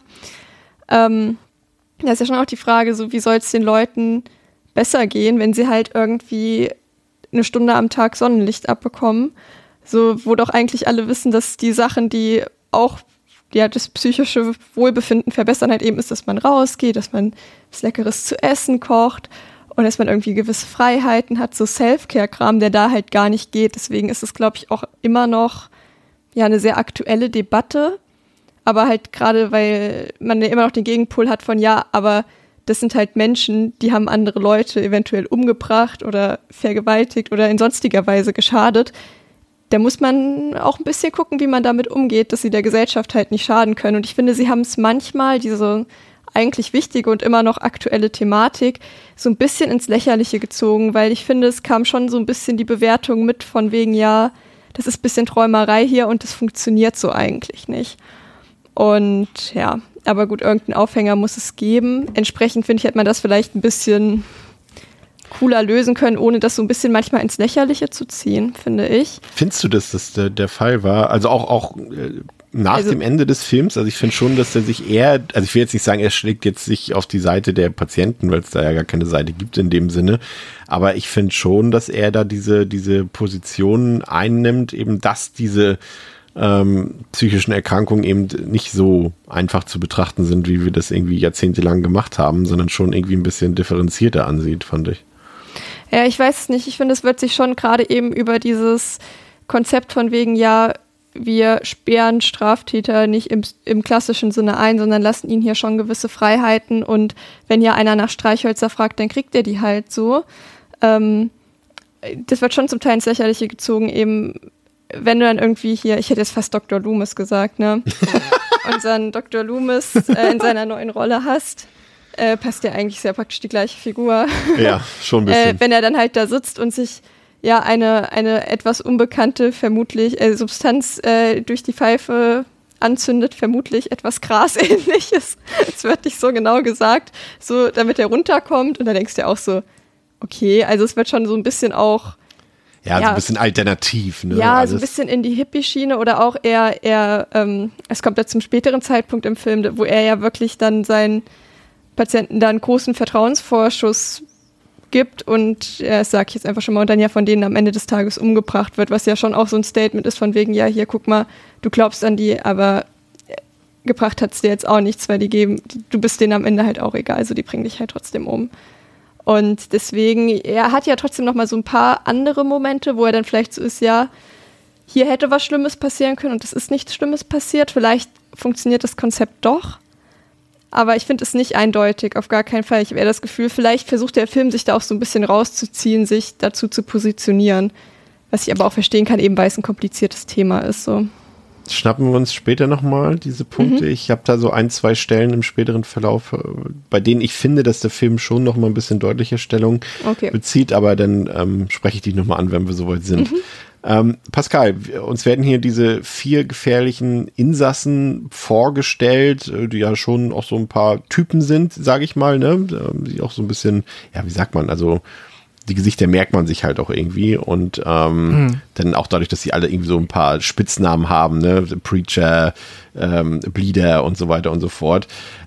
Da ist ja schon auch die Frage, so wie soll es den Leuten besser gehen, wenn sie halt irgendwie 1 Stunde am Tag Sonnenlicht abbekommen? So, wo doch eigentlich alle wissen, dass die Sachen, die auch das psychische Wohlbefinden verbessern, halt eben ist, dass man rausgeht, dass man was Leckeres zu essen kocht und dass man irgendwie gewisse Freiheiten hat, so Self-Care-Kram, der da halt gar nicht geht. Deswegen ist es, glaube ich, auch immer noch eine sehr aktuelle Debatte. Aber halt gerade, weil man ja immer noch den Gegenpol hat von, aber das sind halt Menschen, die haben andere Leute eventuell umgebracht oder vergewaltigt oder in sonstiger Weise geschadet. Da muss man auch ein bisschen gucken, wie man damit umgeht, dass sie der Gesellschaft halt nicht schaden können. Und ich finde, sie haben es manchmal, diese eigentlich wichtige und immer noch aktuelle Thematik, so ein bisschen ins Lächerliche gezogen, weil ich finde, es kam schon so ein bisschen die Bewertung mit von wegen, das ist ein bisschen Träumerei hier und das funktioniert so eigentlich nicht. Und aber gut, irgendeinen Aufhänger muss es geben. Entsprechend finde ich, hätte man das vielleicht ein bisschen cooler lösen können, ohne das so ein bisschen manchmal ins Lächerliche zu ziehen, finde ich. Findest du, dass das der Fall war? Also auch nach dem Ende des Films, also ich finde schon, dass er sich eher, also ich will jetzt nicht sagen, er schlägt jetzt sich auf die Seite der Patienten, weil es da ja gar keine Seite gibt in dem Sinne, aber ich finde schon, dass er da diese Position einnimmt, eben dass diese psychischen Erkrankungen eben nicht so einfach zu betrachten sind, wie wir das irgendwie jahrzehntelang gemacht haben, sondern schon irgendwie ein bisschen differenzierter ansieht, fand ich. Ja, ich weiß es nicht. Ich finde, es wird sich schon gerade eben über dieses Konzept von wegen, wir sperren Straftäter nicht im klassischen Sinne ein, sondern lassen ihnen hier schon gewisse Freiheiten und wenn hier einer nach Streichhölzer fragt, dann kriegt er die halt so. Das wird schon zum Teil ins Lächerliche gezogen, eben wenn du dann irgendwie hier, ich hätte jetzt fast Dr. Loomis gesagt, ne? Unseren Dr. Loomis in seiner neuen Rolle hast. Passt ja eigentlich sehr praktisch die gleiche Figur. Ja, schon ein bisschen. Wenn er dann halt da sitzt und sich eine etwas unbekannte, vermutlich Substanz durch die Pfeife anzündet, vermutlich etwas Grasähnliches. Es wird nicht so genau gesagt, so damit er runterkommt und dann denkst du auch so, okay, also es wird schon so ein bisschen auch so ein bisschen alternativ, ne? Ja, so ein bisschen in die Hippie-Schiene oder auch eher es kommt ja zum späteren Zeitpunkt im Film, wo er ja wirklich dann seinen Patienten da einen großen Vertrauensvorschuss gibt und das sage ich jetzt einfach schon mal, und dann ja von denen am Ende des Tages umgebracht wird, was ja schon auch so ein Statement ist von wegen, hier, guck mal, du glaubst an die, aber gebracht hat es dir jetzt auch nichts, weil du bist denen am Ende halt auch egal, also die bringen dich halt trotzdem um. Und deswegen, er hat ja trotzdem noch mal so ein paar andere Momente, wo er dann vielleicht so ist, hier hätte was Schlimmes passieren können und es ist nichts Schlimmes passiert, vielleicht funktioniert das Konzept doch. Aber ich finde es nicht eindeutig, auf gar keinen Fall. Ich habe eher das Gefühl, vielleicht versucht der Film sich da auch so ein bisschen rauszuziehen, sich dazu zu positionieren. Was ich aber auch verstehen kann, eben weil es ein kompliziertes Thema ist. So. Schnappen wir uns später nochmal diese Punkte. Ich habe da so 1, 2 Stellen im späteren Verlauf, bei denen ich finde, dass der Film schon nochmal ein bisschen deutlicher Stellung bezieht. Aber dann spreche ich die nochmal an, wenn wir soweit sind. Pascal, uns werden hier diese 4 gefährlichen Insassen vorgestellt, die ja schon auch so ein paar Typen sind, sage ich mal, ne? Die auch so ein bisschen, wie sagt man, also die Gesichter merkt man sich halt auch irgendwie und dann auch dadurch, dass sie alle irgendwie so ein paar Spitznamen haben, ne? Preacher, Bleeder und so weiter und so fort.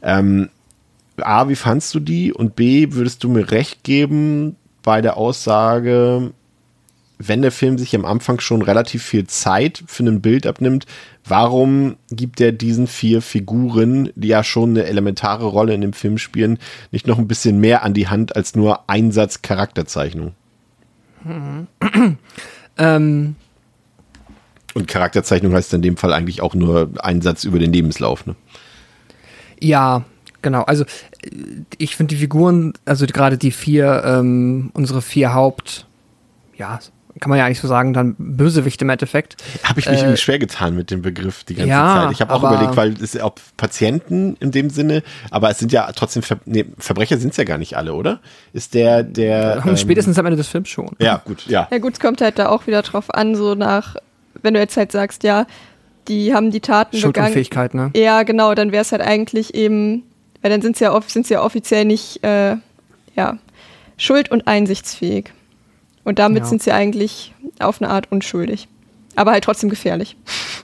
A, wie fandst du die? Und B, würdest du mir recht geben bei der Aussage, wenn der Film sich am Anfang schon relativ viel Zeit für ein Bild abnimmt, warum gibt er diesen 4 Figuren, die ja schon eine elementare Rolle in dem Film spielen, nicht noch ein bisschen mehr an die Hand als nur ein Satz Charakterzeichnung? Und Charakterzeichnung heißt in dem Fall eigentlich auch nur ein Satz über den Lebenslauf, ne? Ja, genau. Also ich finde die Figuren, also gerade die 4, unsere 4 kann man ja eigentlich so sagen, dann Bösewichte im Endeffekt. Habe ich mich irgendwie schwer getan mit dem Begriff die ganze Zeit. Ich habe auch überlegt, weil es ob Patienten in dem Sinne, aber es sind ja trotzdem, Verbrecher sind es ja gar nicht alle, oder? Ist der spätestens am Ende des Films schon. Ja, gut, ja. Ja gut, es kommt halt da auch wieder drauf an, so nach, wenn du jetzt halt sagst, ja, die haben die Taten begangen. Schuldunfähigkeit, ne? Ja, genau, dann wäre es halt eigentlich eben, weil dann sind sie ja offiziell nicht, schuld- und einsichtsfähig. Und damit sind sie eigentlich auf eine Art unschuldig. Aber halt trotzdem gefährlich.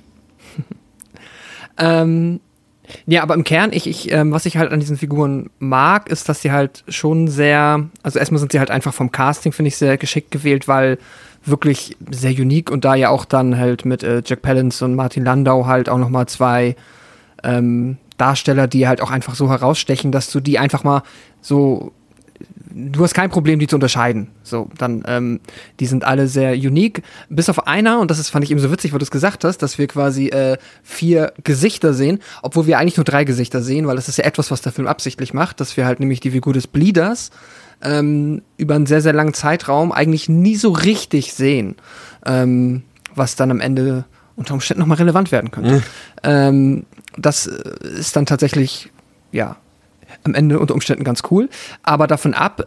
Ja, aber im Kern, was ich halt an diesen Figuren mag, ist, dass sie halt schon sehr, also erstmal sind sie halt einfach vom Casting, finde ich, sehr geschickt gewählt, weil wirklich sehr unique und da ja auch dann halt mit Jack Palance und Martin Landau halt auch nochmal 2 Darsteller, die halt auch einfach so herausstechen, dass du die einfach mal so, du hast kein Problem, die zu unterscheiden. So, dann, die sind alle sehr unique. Bis auf einer, und fand ich eben so witzig, weil du es gesagt hast, dass wir quasi 4 Gesichter sehen, obwohl wir eigentlich nur 3 Gesichter sehen, weil das ist ja etwas, was der Film absichtlich macht, dass wir halt nämlich die Figur des Bleeders über einen sehr, sehr langen Zeitraum eigentlich nie so richtig sehen, was dann am Ende unter Umständen nochmal relevant werden könnte. Das ist dann tatsächlich, ja, am Ende unter Umständen ganz cool. Aber davon ab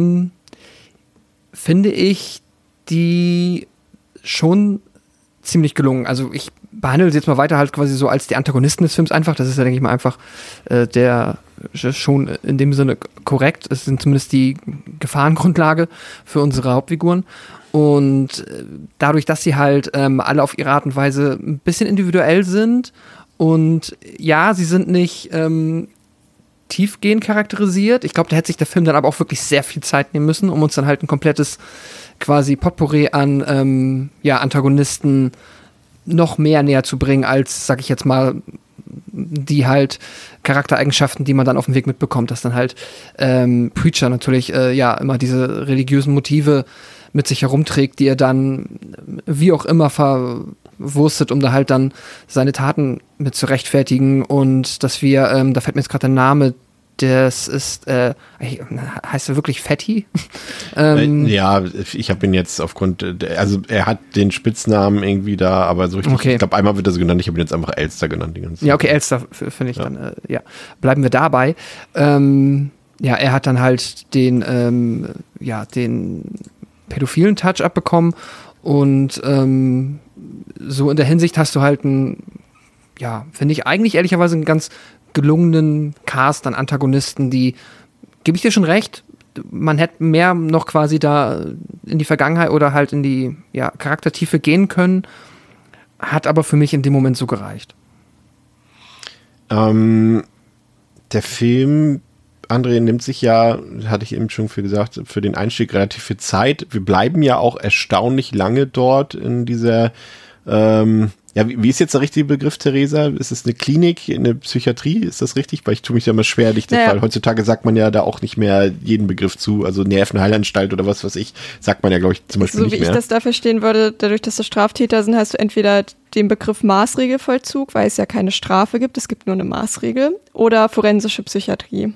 finde ich die schon ziemlich gelungen. Also ich behandle sie jetzt mal weiter halt quasi so als die Antagonisten des Films einfach. Das ist ja, denke ich mal, einfach der schon in dem Sinne korrekt. Es sind zumindest die Gefahrengrundlage für unsere Hauptfiguren. Und dadurch, dass sie halt alle auf ihre Art und Weise ein bisschen individuell sind und ja, sie sind nicht tiefgehend charakterisiert. Ich glaube, da hätte sich der Film dann aber auch wirklich sehr viel Zeit nehmen müssen, um uns dann halt ein komplettes quasi Potpourri an Antagonisten noch mehr näher zu bringen, als, sag ich jetzt mal, die halt Charaktereigenschaften, die man dann auf dem Weg mitbekommt, dass dann halt Preacher natürlich immer diese religiösen Motive mit sich herumträgt, die er dann wie auch immer verwurstet, um da halt dann seine Taten mit zu rechtfertigen. Und dass wir, da fällt mir jetzt gerade der Name, das ist, heißt er wirklich Fatty? Ja, ich habe ihn jetzt aufgrund, also er hat den Spitznamen irgendwie da, aber so richtig, okay. Ich glaube, einmal wird er so genannt, ich habe ihn jetzt einfach Elster genannt. Die ganze Zeit. Ja, okay, Elster finde ich dann, bleiben wir dabei. Er hat dann halt den pädophilen Touch abbekommen und so in der Hinsicht hast du halt finde ich eigentlich ehrlicherweise einen ganz gelungenen Cast an Antagonisten, die, gebe ich dir schon recht, man hätte mehr noch quasi da in die Vergangenheit oder halt in die Charaktertiefe gehen können, hat aber für mich in dem Moment so gereicht. Der Film, André, nimmt sich ja, hatte ich eben schon gesagt, für den Einstieg relativ viel Zeit. Wir bleiben ja auch erstaunlich lange dort in dieser wie ist jetzt der richtige Begriff, Theresa? Ist es eine Klinik, eine Psychiatrie? Ist das richtig? Weil ich tue mich da immer schwer, weil heutzutage sagt man ja da auch nicht mehr jeden Begriff zu. Also Nervenheilanstalt oder was weiß ich, sagt man ja, glaube ich, zum Beispiel nicht mehr. So wie ich das da verstehen würde, dadurch, dass das Straftäter sind, hast du entweder den Begriff Maßregelvollzug, weil es ja keine Strafe gibt, es gibt nur eine Maßregel, oder forensische Psychiatrie.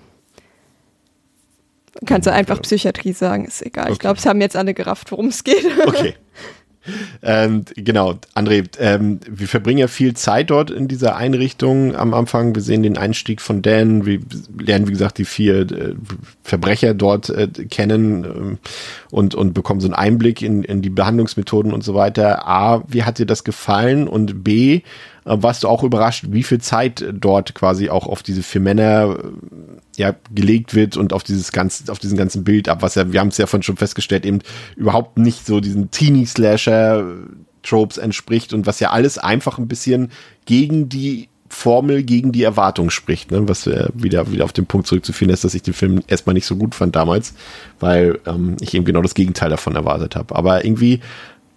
Kannst du einfach Psychiatrie sagen, ist egal. Okay. Ich glaube, es haben jetzt alle gerafft, worum es geht. Okay. Genau, André, wir verbringen ja viel Zeit dort in dieser Einrichtung am Anfang. Wir sehen den Einstieg von Dan, wir lernen, wie gesagt, die 4 Verbrecher dort kennen und bekommen so einen Einblick in die Behandlungsmethoden und so weiter. A, wie hat dir das gefallen? Und B, warst du auch überrascht, wie viel Zeit dort quasi auch auf diese 4 Männer gelegt wird und auf diesen ganzen Bild ab, was ja, wir haben es ja vorhin schon festgestellt, eben überhaupt nicht so diesen Teenie-Slasher-Tropes entspricht und was ja alles einfach ein bisschen gegen die Formel, gegen die Erwartung spricht, ne? Was wieder auf den Punkt zurückzuführen ist, dass ich den Film erstmal nicht so gut fand damals, weil ich eben genau das Gegenteil davon erwartet habe. Aber irgendwie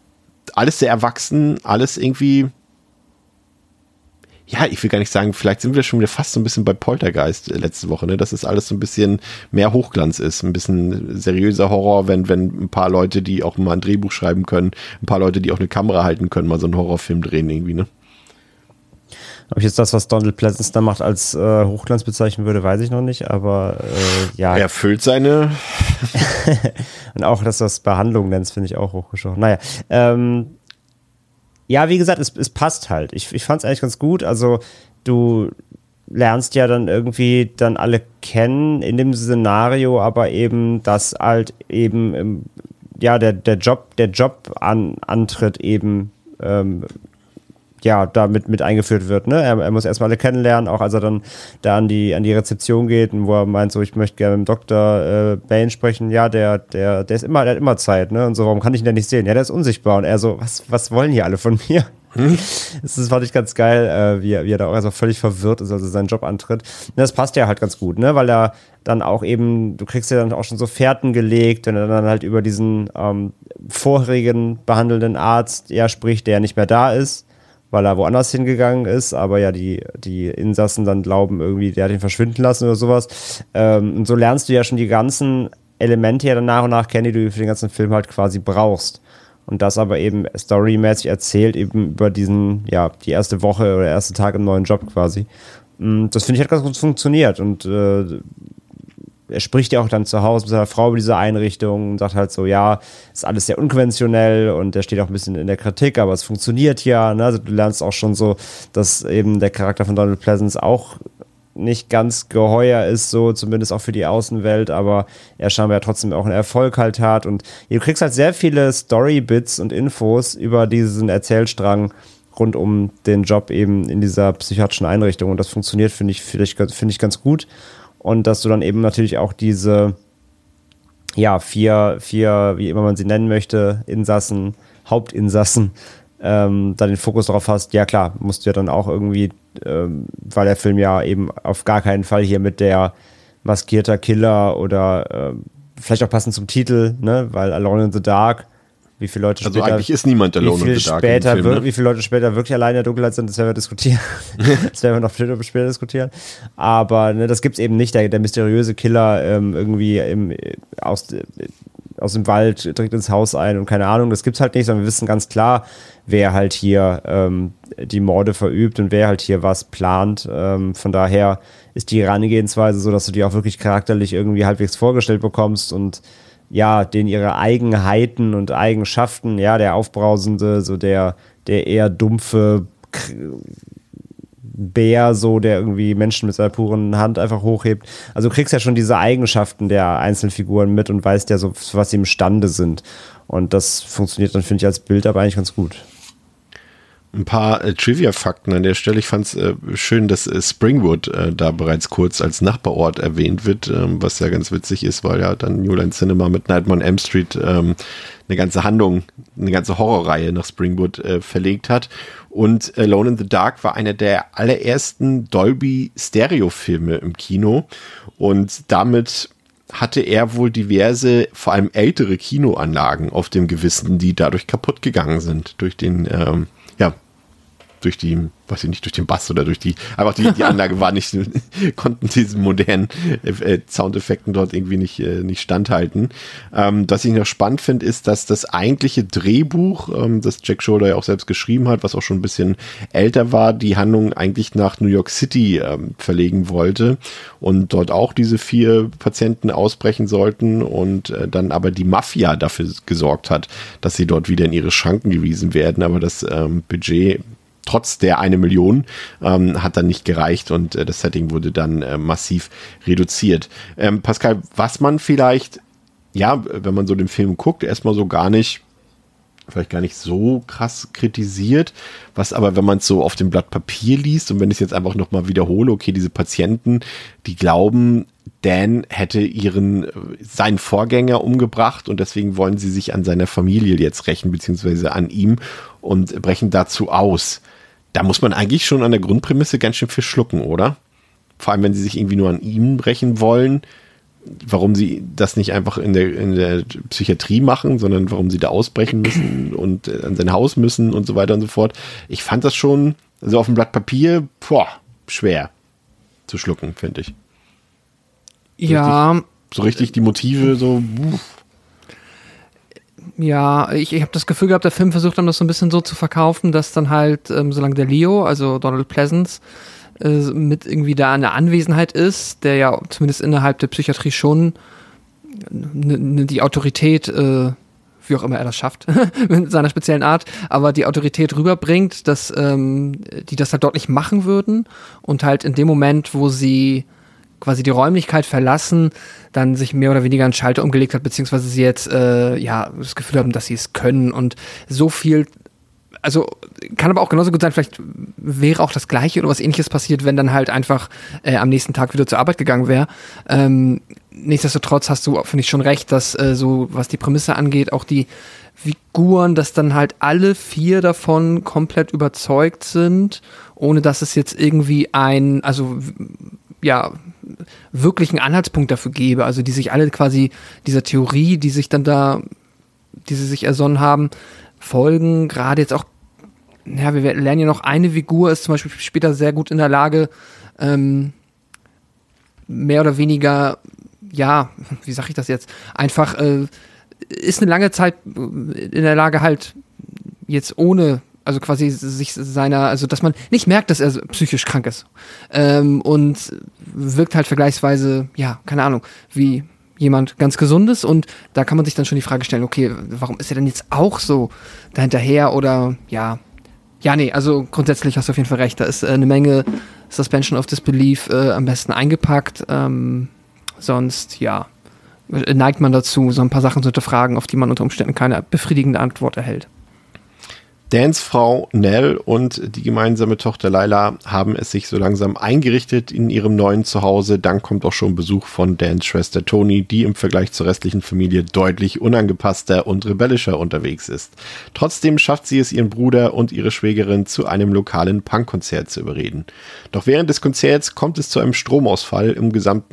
alles sehr erwachsen, alles irgendwie, ja, ich will gar nicht sagen, vielleicht sind wir schon wieder fast so ein bisschen bei Poltergeist letzte Woche, ne? Dass es alles so ein bisschen mehr Hochglanz ist, ein bisschen seriöser Horror, wenn ein paar Leute, die auch mal ein Drehbuch schreiben können, ein paar Leute, die auch eine Kamera halten können, mal so einen Horrorfilm drehen irgendwie, ne? Ob ich jetzt das, was Donald Pleasence da macht, als Hochglanz bezeichnen würde, weiß ich noch nicht, aber ja. Er erfüllt seine... Und auch, dass du das Behandlung nennst, finde ich auch hochgeschossen. Naja, ja, wie gesagt, es passt halt. Ich fand es eigentlich ganz gut. Also du lernst ja dann irgendwie dann alle kennen in dem Szenario, aber eben, dass halt eben ja der Jobantritt eben ja, damit mit eingeführt wird, ne? Er muss erstmal alle kennenlernen, auch als er dann da an die Rezeption geht und wo er meint, so, ich möchte gerne mit dem Dr. Bane sprechen. Ja, der ist immer, der hat immer Zeit, ne? Und so, warum kann ich ihn denn nicht sehen? Ja, der ist unsichtbar. Und er so, was wollen hier alle von mir? Das fand ich ganz geil, wie er da auch also völlig verwirrt ist, also seinen Job antritt. Und das passt ja halt ganz gut, ne? Weil er dann auch eben, du kriegst ja dann auch schon so Fährten gelegt, wenn er dann halt über diesen vorherigen behandelnden Arzt spricht, der nicht mehr da ist, weil er woanders hingegangen ist, aber ja die Insassen dann glauben irgendwie, der hat ihn verschwinden lassen oder sowas. Und so lernst du ja schon die ganzen Elemente ja dann nach und nach kennen, die du für den ganzen Film halt quasi brauchst. Und das aber eben storymäßig erzählt, eben über diesen, ja, die erste Woche oder erste Tag im neuen Job quasi. Das finde ich hat ganz gut funktioniert und er spricht ja auch dann zu Hause mit seiner Frau über diese Einrichtung und sagt halt so, ja, ist alles sehr unkonventionell und der steht auch ein bisschen in der Kritik, aber es funktioniert ja, ne? Also du lernst auch schon so, dass eben der Charakter von Donald Pleasence auch nicht ganz geheuer ist, so zumindest auch für die Außenwelt, aber er scheinbar ja trotzdem auch einen Erfolg halt hat und du kriegst halt sehr viele Story-Bits und Infos über diesen Erzählstrang rund um den Job eben in dieser psychiatrischen Einrichtung und das funktioniert, finde ich ganz gut. Und dass du dann eben natürlich auch diese, ja, vier, wie immer man sie nennen möchte, Hauptinsassen, dann den Fokus darauf hast, ja klar, musst du ja dann auch irgendwie, weil der Film ja eben auf gar keinen Fall hier mit der maskierter Killer oder vielleicht auch passend zum Titel, ne, weil Alone in the Dark, wie viele Leute also später, eigentlich ist niemand Alone in the Dark später im Film, ne? Wie viele Leute später wirklich allein in der Dunkelheit sind, das werden wir diskutieren. Das werden wir noch später diskutieren. Aber ne, das gibt's eben nicht. Der mysteriöse Killer irgendwie aus dem Wald direkt ins Haus ein und keine Ahnung, das gibt's halt nicht, sondern wir wissen ganz klar, wer halt hier die Morde verübt und wer halt hier was plant. Von daher ist die Herangehensweise so, dass du die auch wirklich charakterlich irgendwie halbwegs vorgestellt bekommst und ja, denen ihre Eigenheiten und Eigenschaften, ja, der Aufbrausende, so der eher dumpfe Bär, so, der irgendwie Menschen mit seiner puren Hand einfach hochhebt. Also du kriegst ja schon diese Eigenschaften der einzelnen Figuren mit und weißt ja so, was sie imstande sind. Und das funktioniert dann, finde ich, als Bild aber eigentlich ganz gut. Ein paar Trivia-Fakten an der Stelle. Ich fand es schön, dass Springwood da bereits kurz als Nachbarort erwähnt wird, was ja ganz witzig ist, weil ja dann New Line Cinema mit Nightmare on Elm Street eine ganze Handlung, eine ganze Horrorreihe nach Springwood verlegt hat. Und Alone in the Dark war einer der allerersten Dolby-Stereo-Filme im Kino und damit hatte er wohl diverse, vor allem ältere Kinoanlagen auf dem Gewissen, die dadurch kaputt gegangen sind durch den durch die, weiß ich nicht, durch den Bass oder durch die, einfach die Anlage war nicht, konnten diesen modernen Soundeffekten dort irgendwie nicht standhalten. Was ich noch spannend finde, ist, dass das eigentliche Drehbuch, das Jack Sholder ja auch selbst geschrieben hat, was auch schon ein bisschen älter war, die Handlung eigentlich nach New York City verlegen wollte und dort auch diese 4 Patienten ausbrechen sollten und dann aber die Mafia dafür gesorgt hat, dass sie dort wieder in ihre Schranken gewiesen werden, aber das Budget trotz der 1 Million hat dann nicht gereicht und das Setting wurde dann massiv reduziert. Pascal, was man vielleicht, ja, wenn man so den Film guckt, erstmal so vielleicht gar nicht so krass kritisiert, was aber, wenn man es so auf dem Blatt Papier liest und wenn ich es jetzt einfach nochmal wiederhole, okay, diese Patienten, die glauben, Dan hätte seinen Vorgänger umgebracht und deswegen wollen sie sich an seiner Familie jetzt rächen, beziehungsweise an ihm und brechen dazu aus. Da muss man eigentlich schon an der Grundprämisse ganz schön viel schlucken, oder? Vor allem, wenn sie sich irgendwie nur an ihm rächen wollen, warum sie das nicht einfach in der Psychiatrie machen, sondern warum sie da ausbrechen müssen und an sein Haus müssen und so weiter und so fort. Ich fand das schon, also auf dem Blatt Papier, schwer zu schlucken, finde ich. Ja. So richtig die Motive, so. Ja, ich habe das Gefühl gehabt, der Film versucht dann das so ein bisschen so zu verkaufen, dass dann halt, solange der Leo, also Donald Pleasence, mit irgendwie da eine Anwesenheit ist, der ja zumindest innerhalb der Psychiatrie schon die Autorität, wie auch immer er das schafft, mit seiner speziellen Art, aber die Autorität rüberbringt, dass die das halt dort nicht machen würden und halt in dem Moment, wo sie quasi die Räumlichkeit verlassen, dann sich mehr oder weniger einen Schalter umgelegt hat, beziehungsweise sie jetzt das Gefühl haben, dass sie es können und so viel. Also kann aber auch genauso gut sein, vielleicht wäre auch das Gleiche oder was Ähnliches passiert, wenn dann halt einfach am nächsten Tag wieder zur Arbeit gegangen wäre. Nichtsdestotrotz hast du, finde ich, schon recht, dass so, was die Prämisse angeht, auch die Figuren, dass dann halt alle 4 davon komplett überzeugt sind, ohne dass es jetzt irgendwie wirklichen Anhaltspunkt dafür gäbe. Also die sich alle quasi dieser Theorie, die sie sich ersonnen haben, folgen. Gerade jetzt auch, wir lernen ja noch, eine Figur ist zum Beispiel später sehr gut in der Lage, mehr oder weniger, wie sag ich das jetzt, einfach ist eine lange Zeit in der Lage halt jetzt ohne, also quasi also dass man nicht merkt, dass er psychisch krank ist und wirkt halt vergleichsweise, keine Ahnung, wie jemand ganz Gesundes und da kann man sich dann schon die Frage stellen, okay, warum ist er denn jetzt auch so dahinterher oder also grundsätzlich hast du auf jeden Fall recht, da ist eine Menge Suspension of Disbelief am besten eingepackt, sonst neigt man dazu, so ein paar Sachen zu hinterfragen, auf die man unter Umständen keine befriedigende Antwort erhält. Dans Frau Nell und die gemeinsame Tochter Lila haben es sich so langsam eingerichtet in ihrem neuen Zuhause. Dann kommt auch schon Besuch von Dans Schwester Toni, die im Vergleich zur restlichen Familie deutlich unangepasster und rebellischer unterwegs ist. Trotzdem schafft sie es, ihren Bruder und ihre Schwägerin zu einem lokalen Punkkonzert zu überreden. Doch während des Konzerts kommt es zu einem Stromausfall im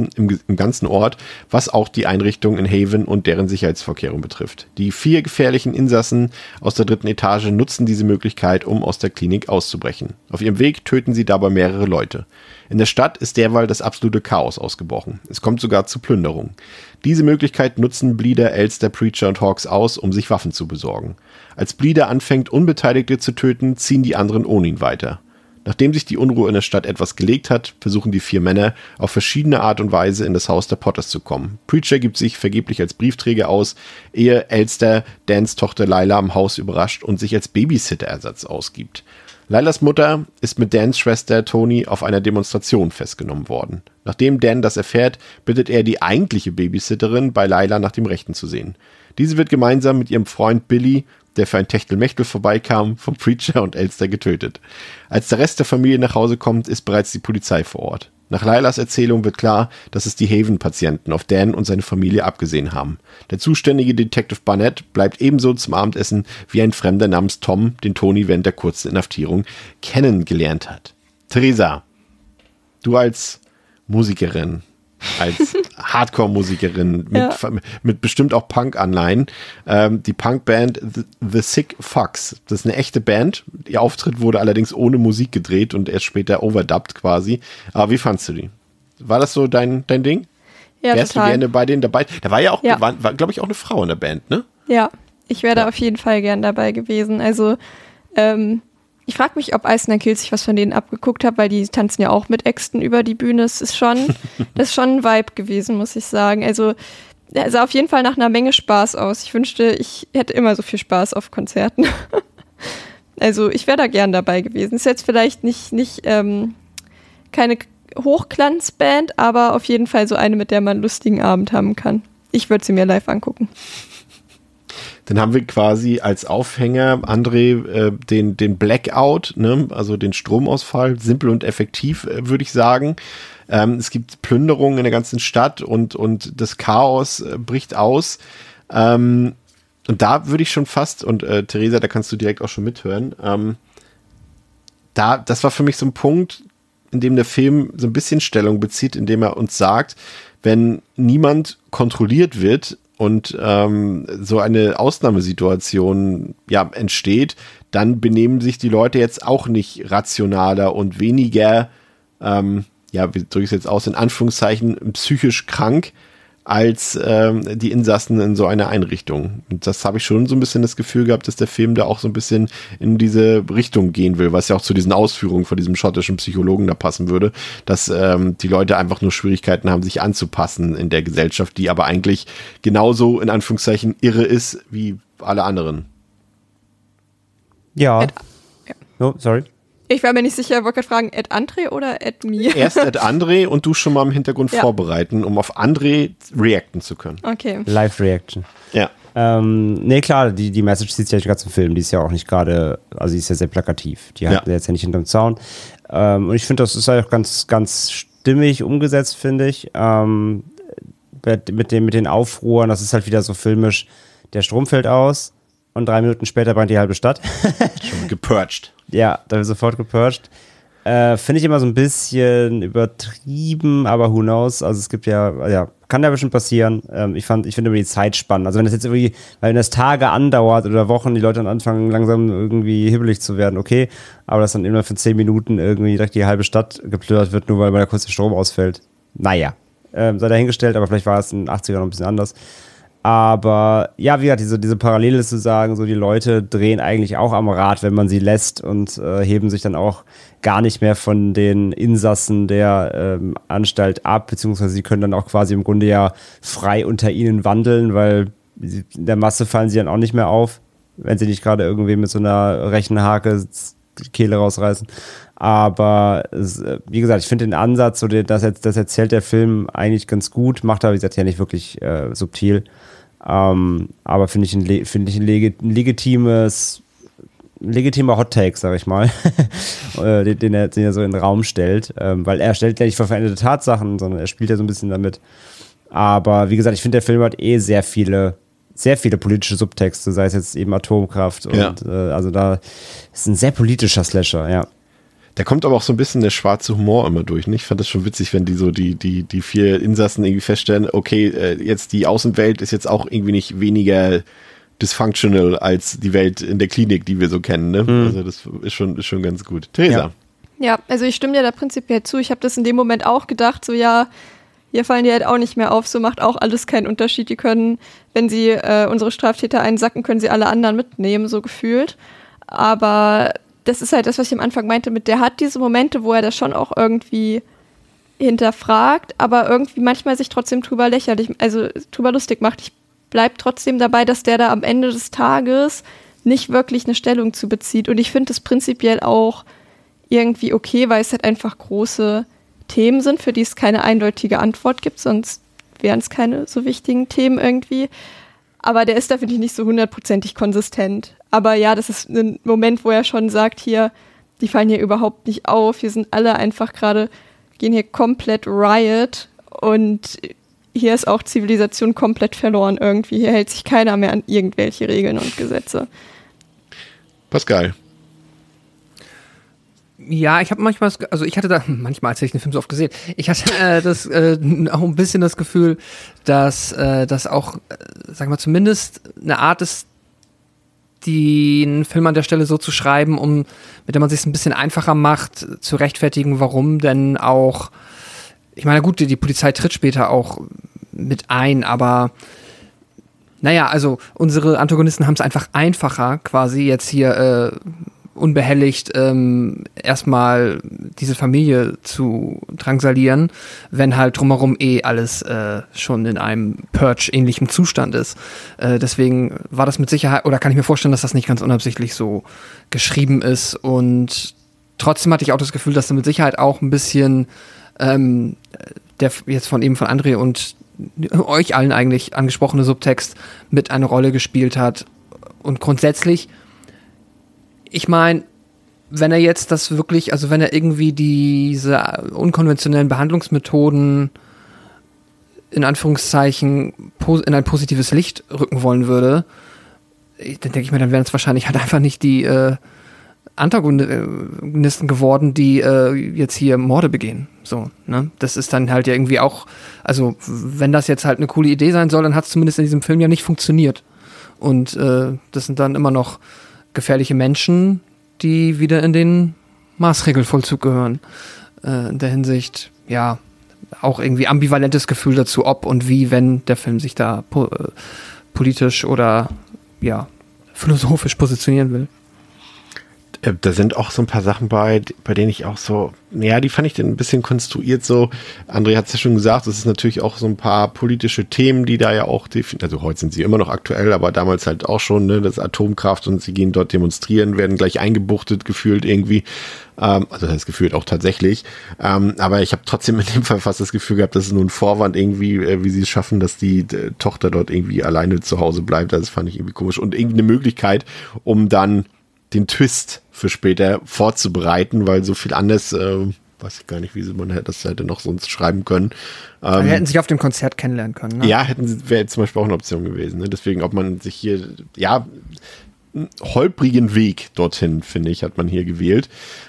ganzen Ort, was auch die Einrichtung in Haven und deren Sicherheitsvorkehrungen betrifft. Die 4 gefährlichen Insassen aus der 3. Etage nutzen diese Möglichkeit, um aus der Klinik auszubrechen. Auf ihrem Weg töten sie dabei mehrere Leute. In der Stadt ist derweil das absolute Chaos ausgebrochen. Es kommt sogar zu Plünderungen. Diese Möglichkeit nutzen Bleeder, Elster, Preacher und Hawks aus, um sich Waffen zu besorgen. Als Bleeder anfängt, Unbeteiligte zu töten, ziehen die anderen ohne ihn weiter. Nachdem sich die Unruhe in der Stadt etwas gelegt hat, versuchen die 4 Männer auf verschiedene Art und Weise in das Haus der Potters zu kommen. Preacher gibt sich vergeblich als Briefträger aus, ehe Elster Dans Tochter Lila am Haus überrascht und sich als Babysitterersatz ausgibt. Lilas Mutter ist mit Dans Schwester Toni auf einer Demonstration festgenommen worden. Nachdem Dan das erfährt, bittet er die eigentliche Babysitterin, bei Lila nach dem Rechten zu sehen. Diese wird gemeinsam mit ihrem Freund Billy, der für ein Techtelmechtel vorbeikam, vom Preacher und Elster getötet. Als der Rest der Familie nach Hause kommt, ist bereits die Polizei vor Ort. Nach Lilas Erzählung wird klar, dass es die Haven-Patienten auf Dan und seine Familie abgesehen haben. Der zuständige Detective Barnett bleibt ebenso zum Abendessen wie ein Fremder namens Tom, den Toni während der kurzen Inhaftierung kennengelernt hat. Theresa, du als Musikerin, als Hardcore-Musikerin mit bestimmt auch Punk-Anleihen. Die Punk-Band The Sick Fox. Das ist eine echte Band. Ihr Auftritt wurde allerdings ohne Musik gedreht und erst später overdubbed quasi. Aber wie fandst du die? War das so dein Ding? Ja, wärst total. du gerne bei denen dabei? Da war ja auch, war glaube ich, auch eine Frau in der Band, ne? Ja, ich wäre da auf jeden Fall gern dabei gewesen. Also, ich frage mich, ob Eisner Kill sich was von denen abgeguckt hat, weil die tanzen ja auch mit Äxten über die Bühne. Das ist schon ein Vibe gewesen, muss ich sagen. Also, er sah auf jeden Fall nach einer Menge Spaß aus. Ich wünschte, ich hätte immer so viel Spaß auf Konzerten. Also, ich wäre da gern dabei gewesen. Ist jetzt vielleicht nicht keine Hochglanzband, aber auf jeden Fall so eine, mit der man einen lustigen Abend haben kann. Ich würde sie mir live angucken. Dann haben wir quasi als Aufhänger, André, den Blackout, ne? Also den Stromausfall, simpel und effektiv, würde ich sagen. Es gibt Plünderungen in der ganzen Stadt und das Chaos bricht aus. Und da würde ich schon fast, und Theresa, da kannst du direkt auch schon mithören, das war für mich so ein Punkt, in dem der Film so ein bisschen Stellung bezieht, indem er uns sagt, wenn niemand kontrolliert wird und so eine Ausnahmesituation entsteht, dann benehmen sich die Leute jetzt auch nicht rationaler und weniger, wie drücke ich es jetzt aus, in Anführungszeichen psychisch krank, als die Insassen in so einer Einrichtung. Und das habe ich schon so ein bisschen das Gefühl gehabt, dass der Film da auch so ein bisschen in diese Richtung gehen will, was ja auch zu diesen Ausführungen von diesem schottischen Psychologen da passen würde, dass die Leute einfach nur Schwierigkeiten haben, sich anzupassen in der Gesellschaft, die aber eigentlich genauso in Anführungszeichen irre ist wie alle anderen. Ja. Oh, sorry. Ich war mir nicht sicher, wollte gerade fragen, André oder mir? Erst André und du schon mal im Hintergrund vorbereiten, um auf André reacten zu können. Okay. Live-Reaction. Ja. Nee, klar, die Message zieht sich ja den ganzen Film. Die ist ja auch nicht gerade, also die ist ja sehr plakativ. Die hat jetzt ja nicht hinterm Zaun. Und ich finde, das ist halt auch ganz, ganz stimmig umgesetzt, finde ich. Mit den Aufruhren, das ist halt wieder so filmisch, der Strom fällt aus. Und 3 Minuten später brennt die halbe Stadt. Schon gepurcht. Ja, da wird sofort gepurcht. Finde ich immer so ein bisschen übertrieben, aber who knows? Also es gibt kann ja bestimmt passieren. Ich finde immer die Zeit spannend. Also wenn das jetzt irgendwie, wenn das Tage andauert oder Wochen, die Leute dann anfangen langsam irgendwie hibbelig zu werden, okay. Aber dass dann immer für 10 Minuten irgendwie direkt die halbe Stadt geplündert wird, nur weil mal der kurze Strom ausfällt. Naja, sei dahingestellt, aber vielleicht war es in den 80ern noch ein bisschen anders. Aber ja, wie gesagt, diese Parallele zu sagen, so die Leute drehen eigentlich auch am Rad, wenn man sie lässt und heben sich dann auch gar nicht mehr von den Insassen der Anstalt ab, beziehungsweise sie können dann auch quasi im Grunde ja frei unter ihnen wandeln, weil in der Masse fallen sie dann auch nicht mehr auf, wenn sie nicht gerade irgendwie mit so einer Rechenhake die Kehle rausreißen. Aber wie gesagt, ich finde den Ansatz, so das erzählt der Film eigentlich ganz gut, macht aber wie gesagt ja nicht wirklich subtil. Aber finde ich ein legitimer Hot-Take, sag ich mal, den er so in den Raum stellt, weil er stellt ja nicht vor veränderte Tatsachen, sondern er spielt ja so ein bisschen damit. Aber wie gesagt, ich finde, der Film hat sehr viele politische Subtexte, sei es jetzt eben Atomkraft und also da ist ein sehr politischer Slasher, ja. Da kommt aber auch so ein bisschen der schwarze Humor immer durch. Ne? Ich fand das schon witzig, wenn die so die 4 Insassen irgendwie feststellen, okay, jetzt die Außenwelt ist jetzt auch irgendwie nicht weniger dysfunctional als die Welt in der Klinik, die wir so kennen. Ne? Also das ist schon ganz gut. Theresa. Ja, also ich stimme dir da prinzipiell zu. Ich habe das in dem Moment auch gedacht, so ja, hier fallen die halt auch nicht mehr auf, so macht auch alles keinen Unterschied. Die können, wenn sie unsere Straftäter einsacken, können sie alle anderen mitnehmen, so gefühlt. Aber das ist halt das, was ich am Anfang meinte, der hat diese Momente, wo er das schon auch irgendwie hinterfragt, aber irgendwie manchmal sich trotzdem drüber lustig macht. Ich bleib trotzdem dabei, dass der da am Ende des Tages nicht wirklich eine Stellung zu bezieht. Und ich finde es prinzipiell auch irgendwie okay, weil es halt einfach große Themen sind, für die es keine eindeutige Antwort gibt, sonst wären es keine so wichtigen Themen irgendwie. Aber der ist da, finde ich, nicht so 100%ig konsistent. Aber ja, das ist ein Moment, wo er schon sagt, hier, die fallen hier überhaupt nicht auf. Hier sind alle einfach gerade, gehen hier komplett Riot. Und hier ist auch Zivilisation komplett verloren irgendwie. Hier hält sich keiner mehr an irgendwelche Regeln und Gesetze. Pascal. Ja, ich habe manchmal, als hätte ich den Film so oft gesehen, ich hatte auch ein bisschen das Gefühl, dass das auch, sagen wir zumindest eine Art ist, den Film an der Stelle so zu schreiben, mit der man sich es ein bisschen einfacher macht, zu rechtfertigen, warum denn auch, ich meine, gut, die Polizei tritt später auch mit ein, aber naja, also unsere Antagonisten haben es einfach einfacher, quasi jetzt hier unbehelligt erstmal diese Familie zu drangsalieren, wenn halt drumherum alles schon in einem Purge-ähnlichen Zustand ist. Deswegen war das mit Sicherheit, oder kann ich mir vorstellen, dass das nicht ganz unabsichtlich so geschrieben ist, und trotzdem hatte ich auch das Gefühl, dass da mit Sicherheit auch ein bisschen der jetzt von André und euch allen eigentlich angesprochene Subtext mit eine Rolle gespielt hat. Und grundsätzlich, ich meine, wenn er jetzt das wirklich, also wenn er irgendwie diese unkonventionellen Behandlungsmethoden in Anführungszeichen in ein positives Licht rücken wollen würde, dann denke ich mir, dann wären es wahrscheinlich halt einfach nicht die Antagonisten geworden, die jetzt hier Morde begehen. So, ne? Das ist dann halt ja irgendwie auch, also wenn das jetzt halt eine coole Idee sein soll, dann hat es zumindest in diesem Film ja nicht funktioniert. Und das sind dann immer noch gefährliche Menschen, die wieder in den Maßregelvollzug gehören. In der Hinsicht, ja, auch irgendwie ambivalentes Gefühl dazu, ob und wie, wenn der Film sich da politisch oder ja, philosophisch positionieren will. Da sind auch so ein paar Sachen bei denen ich auch so, ja, die fand ich dann ein bisschen konstruiert so. André hat es ja schon gesagt, es ist natürlich auch so ein paar politische Themen, die da ja auch, also heute sind sie immer noch aktuell, aber damals halt auch schon, ne, das Atomkraft und sie gehen dort demonstrieren, werden gleich eingebuchtet, gefühlt irgendwie. Also das heißt gefühlt auch tatsächlich. Aber ich habe trotzdem in dem Fall fast das Gefühl gehabt, dass es nur ein Vorwand irgendwie, wie sie es schaffen, dass die Tochter dort irgendwie alleine zu Hause bleibt. Das fand ich irgendwie komisch. Und irgendwie eine Möglichkeit, um dann den Twist für später vorzubereiten, weil so viel anders, weiß ich gar nicht, wie man das hätte noch sonst schreiben können. Wir hätten sich auf dem Konzert kennenlernen können. Ne? Ja, wäre zum Beispiel auch eine Option gewesen. Ne? Deswegen, ob man sich hier, ja, einen holprigen Weg dorthin, finde ich, hat man hier gewählt.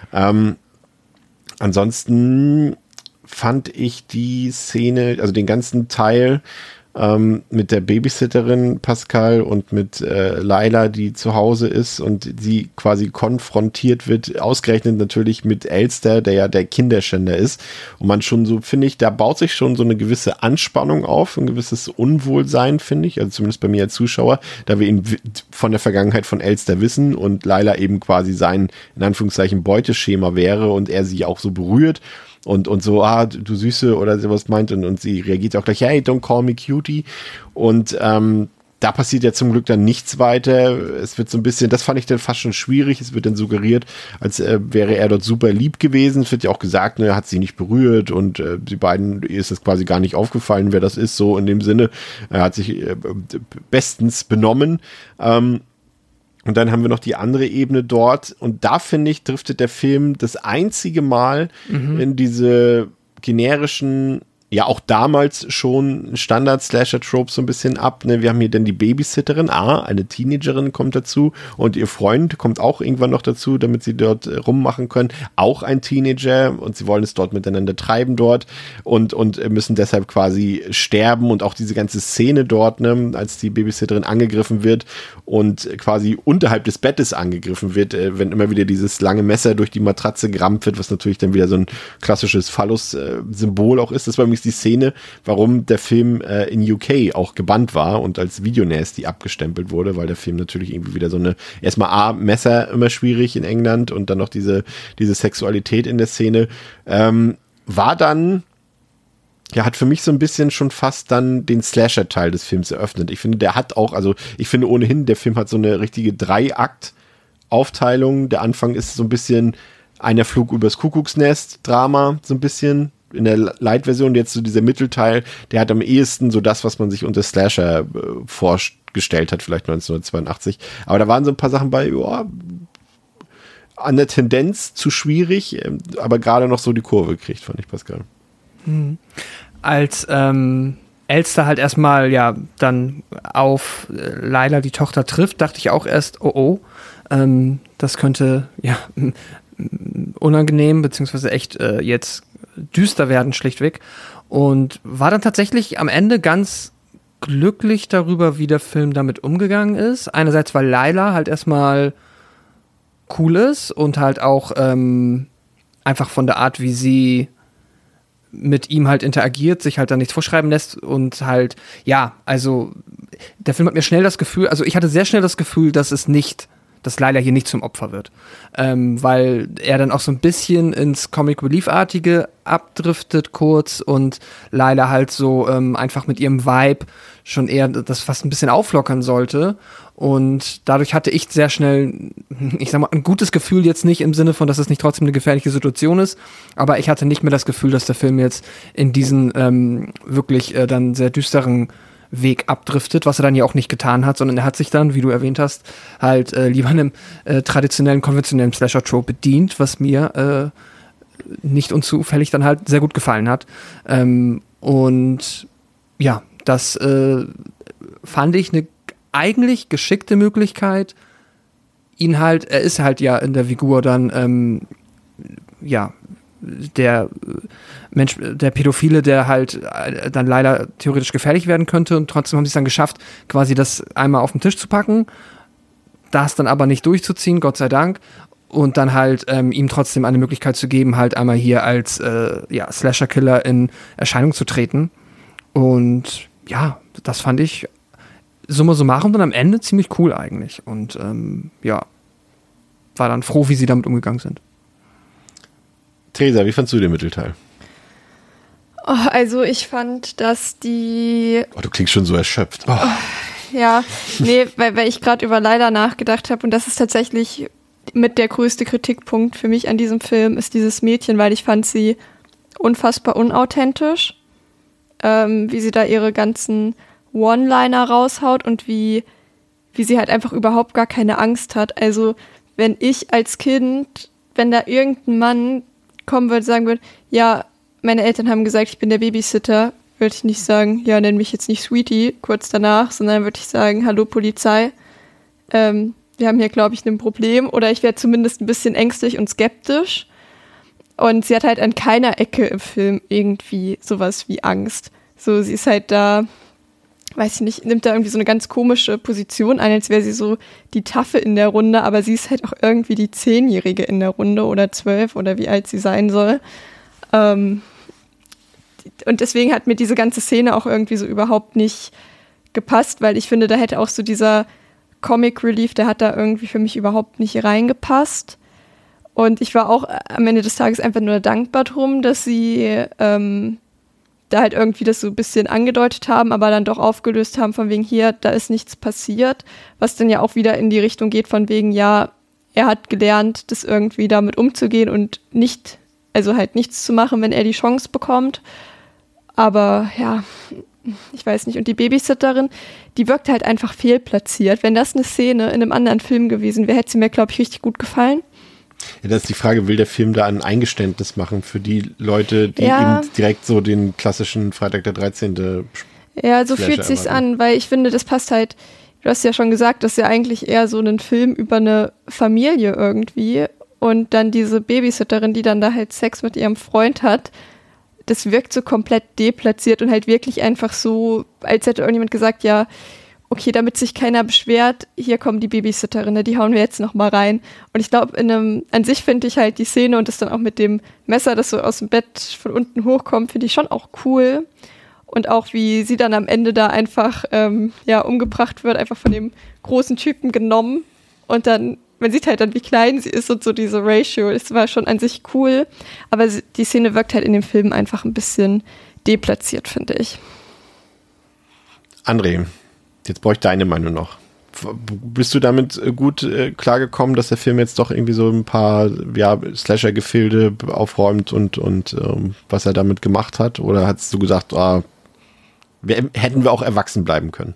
Ansonsten fand ich die Szene, also den ganzen Teil mit der Babysitterin Pascal und mit Laila, die zu Hause ist und sie quasi konfrontiert wird, ausgerechnet natürlich mit Elster, der ja der Kinderschänder ist. Und man schon so, finde ich, da baut sich schon so eine gewisse Anspannung auf, ein gewisses Unwohlsein, finde ich, also zumindest bei mir als Zuschauer, da wir ihn von der Vergangenheit von Elster wissen und Laila eben quasi sein, in Anführungszeichen, Beuteschema wäre und er sie auch so berührt. Und so, du Süße oder sowas meint und sie reagiert auch gleich, hey, don't call me cutie. Und da passiert ja zum Glück dann nichts weiter. Es wird so ein bisschen, das fand ich dann fast schon schwierig. Es wird dann suggeriert, als wäre er dort super lieb gewesen. Es wird ja auch gesagt, ne, er hat sie nicht berührt und die beiden, ihr ist es quasi gar nicht aufgefallen, wer das ist, so in dem Sinne. Er hat sich bestens benommen. Und dann haben wir noch die andere Ebene dort. Und da, finde ich, driftet der Film das einzige Mal in diese generischen, ja auch damals schon Standard-Slasher-Tropes so ein bisschen ab. Ne? Wir haben hier dann die Babysitterin, eine Teenagerin kommt dazu und ihr Freund kommt auch irgendwann noch dazu, damit sie dort rummachen können. Auch ein Teenager und sie wollen es dort miteinander treiben dort und müssen deshalb quasi sterben und auch diese ganze Szene dort, ne, als die Babysitterin angegriffen wird und quasi unterhalb des Bettes angegriffen wird, wenn immer wieder dieses lange Messer durch die Matratze gerammt wird, was natürlich dann wieder so ein klassisches Phallus-Symbol auch ist. Das war übrigens die Szene, warum der Film in UK auch gebannt war und als Videonasty abgestempelt wurde, weil der Film natürlich irgendwie wieder so eine, erstmal Messer immer schwierig in England und dann noch diese Sexualität in der Szene, war dann, ja, hat für mich so ein bisschen schon fast dann den Slasher-Teil des Films eröffnet. Ich finde, der hat auch, also ich finde ohnehin, der Film hat so eine richtige 3-Akt-Aufteilung. Der Anfang ist so ein bisschen einer Flug übers Kuckucksnest-Drama, so ein bisschen in der Light-Version. Jetzt so dieser Mittelteil, der hat am ehesten so das, was man sich unter Slasher vorgestellt hat, vielleicht 1982. Aber da waren so ein paar Sachen bei, ja, an der Tendenz zu schwierig, aber gerade noch so die Kurve gekriegt, fand ich, Pascal. Als Elster halt erstmal ja dann auf Laila, die Tochter, trifft, dachte ich auch erst, das könnte ja unangenehm, beziehungsweise echt jetzt düster werden, schlichtweg. Und war dann tatsächlich am Ende ganz glücklich darüber, wie der Film damit umgegangen ist. Einerseits, weil Laila halt erstmal cool ist und halt auch einfach von der Art, wie sie mit ihm halt interagiert, sich halt dann nichts vorschreiben lässt und halt, ja, also der Film hat mir schnell das Gefühl, also ich hatte sehr schnell das Gefühl, dass Laila hier nicht zum Opfer wird. Weil er dann auch so ein bisschen ins Comic-Relief-artige abdriftet kurz und Laila halt so einfach mit ihrem Vibe schon eher das fast ein bisschen auflockern sollte. Und dadurch hatte ich sehr schnell, ich sag mal, ein gutes Gefühl jetzt nicht im Sinne von, dass es nicht trotzdem eine gefährliche Situation ist, aber ich hatte nicht mehr das Gefühl, dass der Film jetzt in diesen wirklich dann sehr düsteren Weg abdriftet, was er dann ja auch nicht getan hat, sondern er hat sich dann, wie du erwähnt hast, halt lieber einem traditionellen, konventionellen Slasher-Trope bedient, was mir nicht unzufällig dann halt sehr gut gefallen hat. Und ja, das fand ich eine eigentlich geschickte Möglichkeit, er ist halt ja in der Figur dann, der Mensch, der Pädophile, der halt dann leider theoretisch gefährlich werden könnte, und trotzdem haben sie es dann geschafft, quasi das einmal auf den Tisch zu packen, das dann aber nicht durchzuziehen, Gott sei Dank, und dann halt ihm trotzdem eine Möglichkeit zu geben, halt einmal hier als Slasher-Killer in Erscheinung zu treten. Und ja, das fand ich summa summarum dann am Ende ziemlich cool eigentlich. Und war dann froh, wie sie damit umgegangen sind. Theresa, wie fandst du den Mittelteil? Oh, also ich fand, dass die... Oh, du klingst schon so erschöpft. Oh. Ja, nee, weil ich gerade über Leila nachgedacht habe, und das ist tatsächlich mit der größte Kritikpunkt für mich an diesem Film, ist dieses Mädchen, weil ich fand sie unfassbar unauthentisch, wie sie da ihre ganzen One-Liner raushaut und wie sie halt einfach überhaupt gar keine Angst hat. Also wenn ich als Kind, wenn da irgendein Mann kommen würde, sagen würde, ja, meine Eltern haben gesagt, ich bin der Babysitter, würde ich nicht sagen, ja, nenn mich jetzt nicht Sweetie, kurz danach, sondern würde ich sagen, hallo Polizei, wir haben hier, glaube ich, ein Problem, oder ich wäre zumindest ein bisschen ängstlich und skeptisch. Und sie hat halt an keiner Ecke im Film irgendwie sowas wie Angst. So, sie ist halt da, weiß ich nicht, nimmt da irgendwie so eine ganz komische Position ein, als wäre sie so die Taffe in der Runde, aber sie ist halt auch irgendwie die 10-Jährige in der Runde oder 12 oder wie alt sie sein soll. Und deswegen hat mir diese ganze Szene auch irgendwie so überhaupt nicht gepasst, weil ich finde, da hätte auch so dieser Comic Relief, der hat da irgendwie für mich überhaupt nicht reingepasst. Und ich war auch am Ende des Tages einfach nur dankbar drum, dass sie da halt irgendwie das so ein bisschen angedeutet haben, aber dann doch aufgelöst haben von wegen hier, da ist nichts passiert, was dann ja auch wieder in die Richtung geht von wegen, ja, er hat gelernt, das irgendwie damit umzugehen und nicht, also halt nichts zu machen, wenn er die Chance bekommt. Aber ja, ich weiß nicht. Und die Babysitterin, die wirkt halt einfach fehlplatziert. Wenn das eine Szene in einem anderen Film gewesen wäre, hätte sie mir, glaube ich, richtig gut gefallen. Ja, das ist die Frage, will der Film da ein Eingeständnis machen für die Leute, die eben direkt so den klassischen Freitag der 13. Ja, so fühlt sich's an, weil ich finde, das passt halt, du hast ja schon gesagt, das ist ja eigentlich eher so ein Film über eine Familie irgendwie, und dann diese Babysitterin, die dann da halt Sex mit ihrem Freund hat, das wirkt so komplett deplatziert und halt wirklich einfach so, als hätte irgendjemand gesagt, ja, okay, damit sich keiner beschwert, hier kommen die Babysitterinnen, die hauen wir jetzt noch mal rein. Und ich glaube, an sich finde ich halt die Szene und das dann auch mit dem Messer, das so aus dem Bett von unten hochkommt, finde ich schon auch cool. Und auch wie sie dann am Ende da einfach umgebracht wird, einfach von dem großen Typen genommen. Und dann, man sieht halt dann, wie klein sie ist und so diese Ratio. Das war schon an sich cool. Aber die Szene wirkt halt in dem Film einfach ein bisschen deplatziert, finde ich. André, jetzt brauche ich deine Meinung noch. Bist du damit gut klargekommen, dass der Film jetzt doch irgendwie so ein paar Slasher-Gefilde aufräumt und was er damit gemacht hat? Oder hast du gesagt, hätten wir auch erwachsen bleiben können?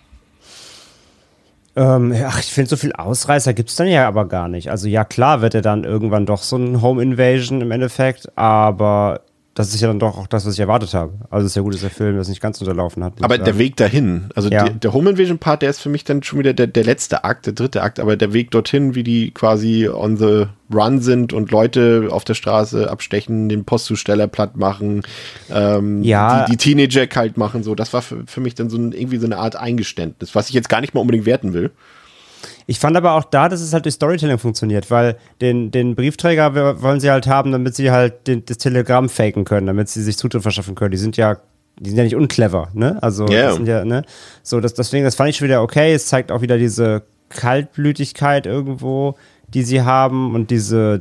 Ich finde, so viel Ausreißer gibt es dann ja aber gar nicht. Also ja, klar wird er dann irgendwann doch so ein Home Invasion im Endeffekt, aber das ist ja dann doch auch das, was ich erwartet habe. Also es ist ja gut, dass der Film das nicht ganz unterlaufen hat. Aber der Weg dahin, also ja. Der Home Invasion Part, der ist für mich dann schon wieder der letzte Akt, der dritte Akt, aber der Weg dorthin, wie die quasi on the run sind und Leute auf der Straße abstechen, den Postzusteller platt machen, die Teenager kalt machen, so, das war für mich dann irgendwie so eine Art Eingeständnis, was ich jetzt gar nicht mal unbedingt werten will. Ich fand aber auch da, dass es halt durch Storytelling funktioniert, weil den Briefträger wollen sie halt haben, damit sie halt das Telegramm faken können, damit sie sich Zutritt verschaffen können. Die sind ja nicht unclever, ne? Also, das sind ja, ne? So, deswegen, das fand ich schon wieder okay. Es zeigt auch wieder diese Kaltblütigkeit irgendwo, die sie haben und diese,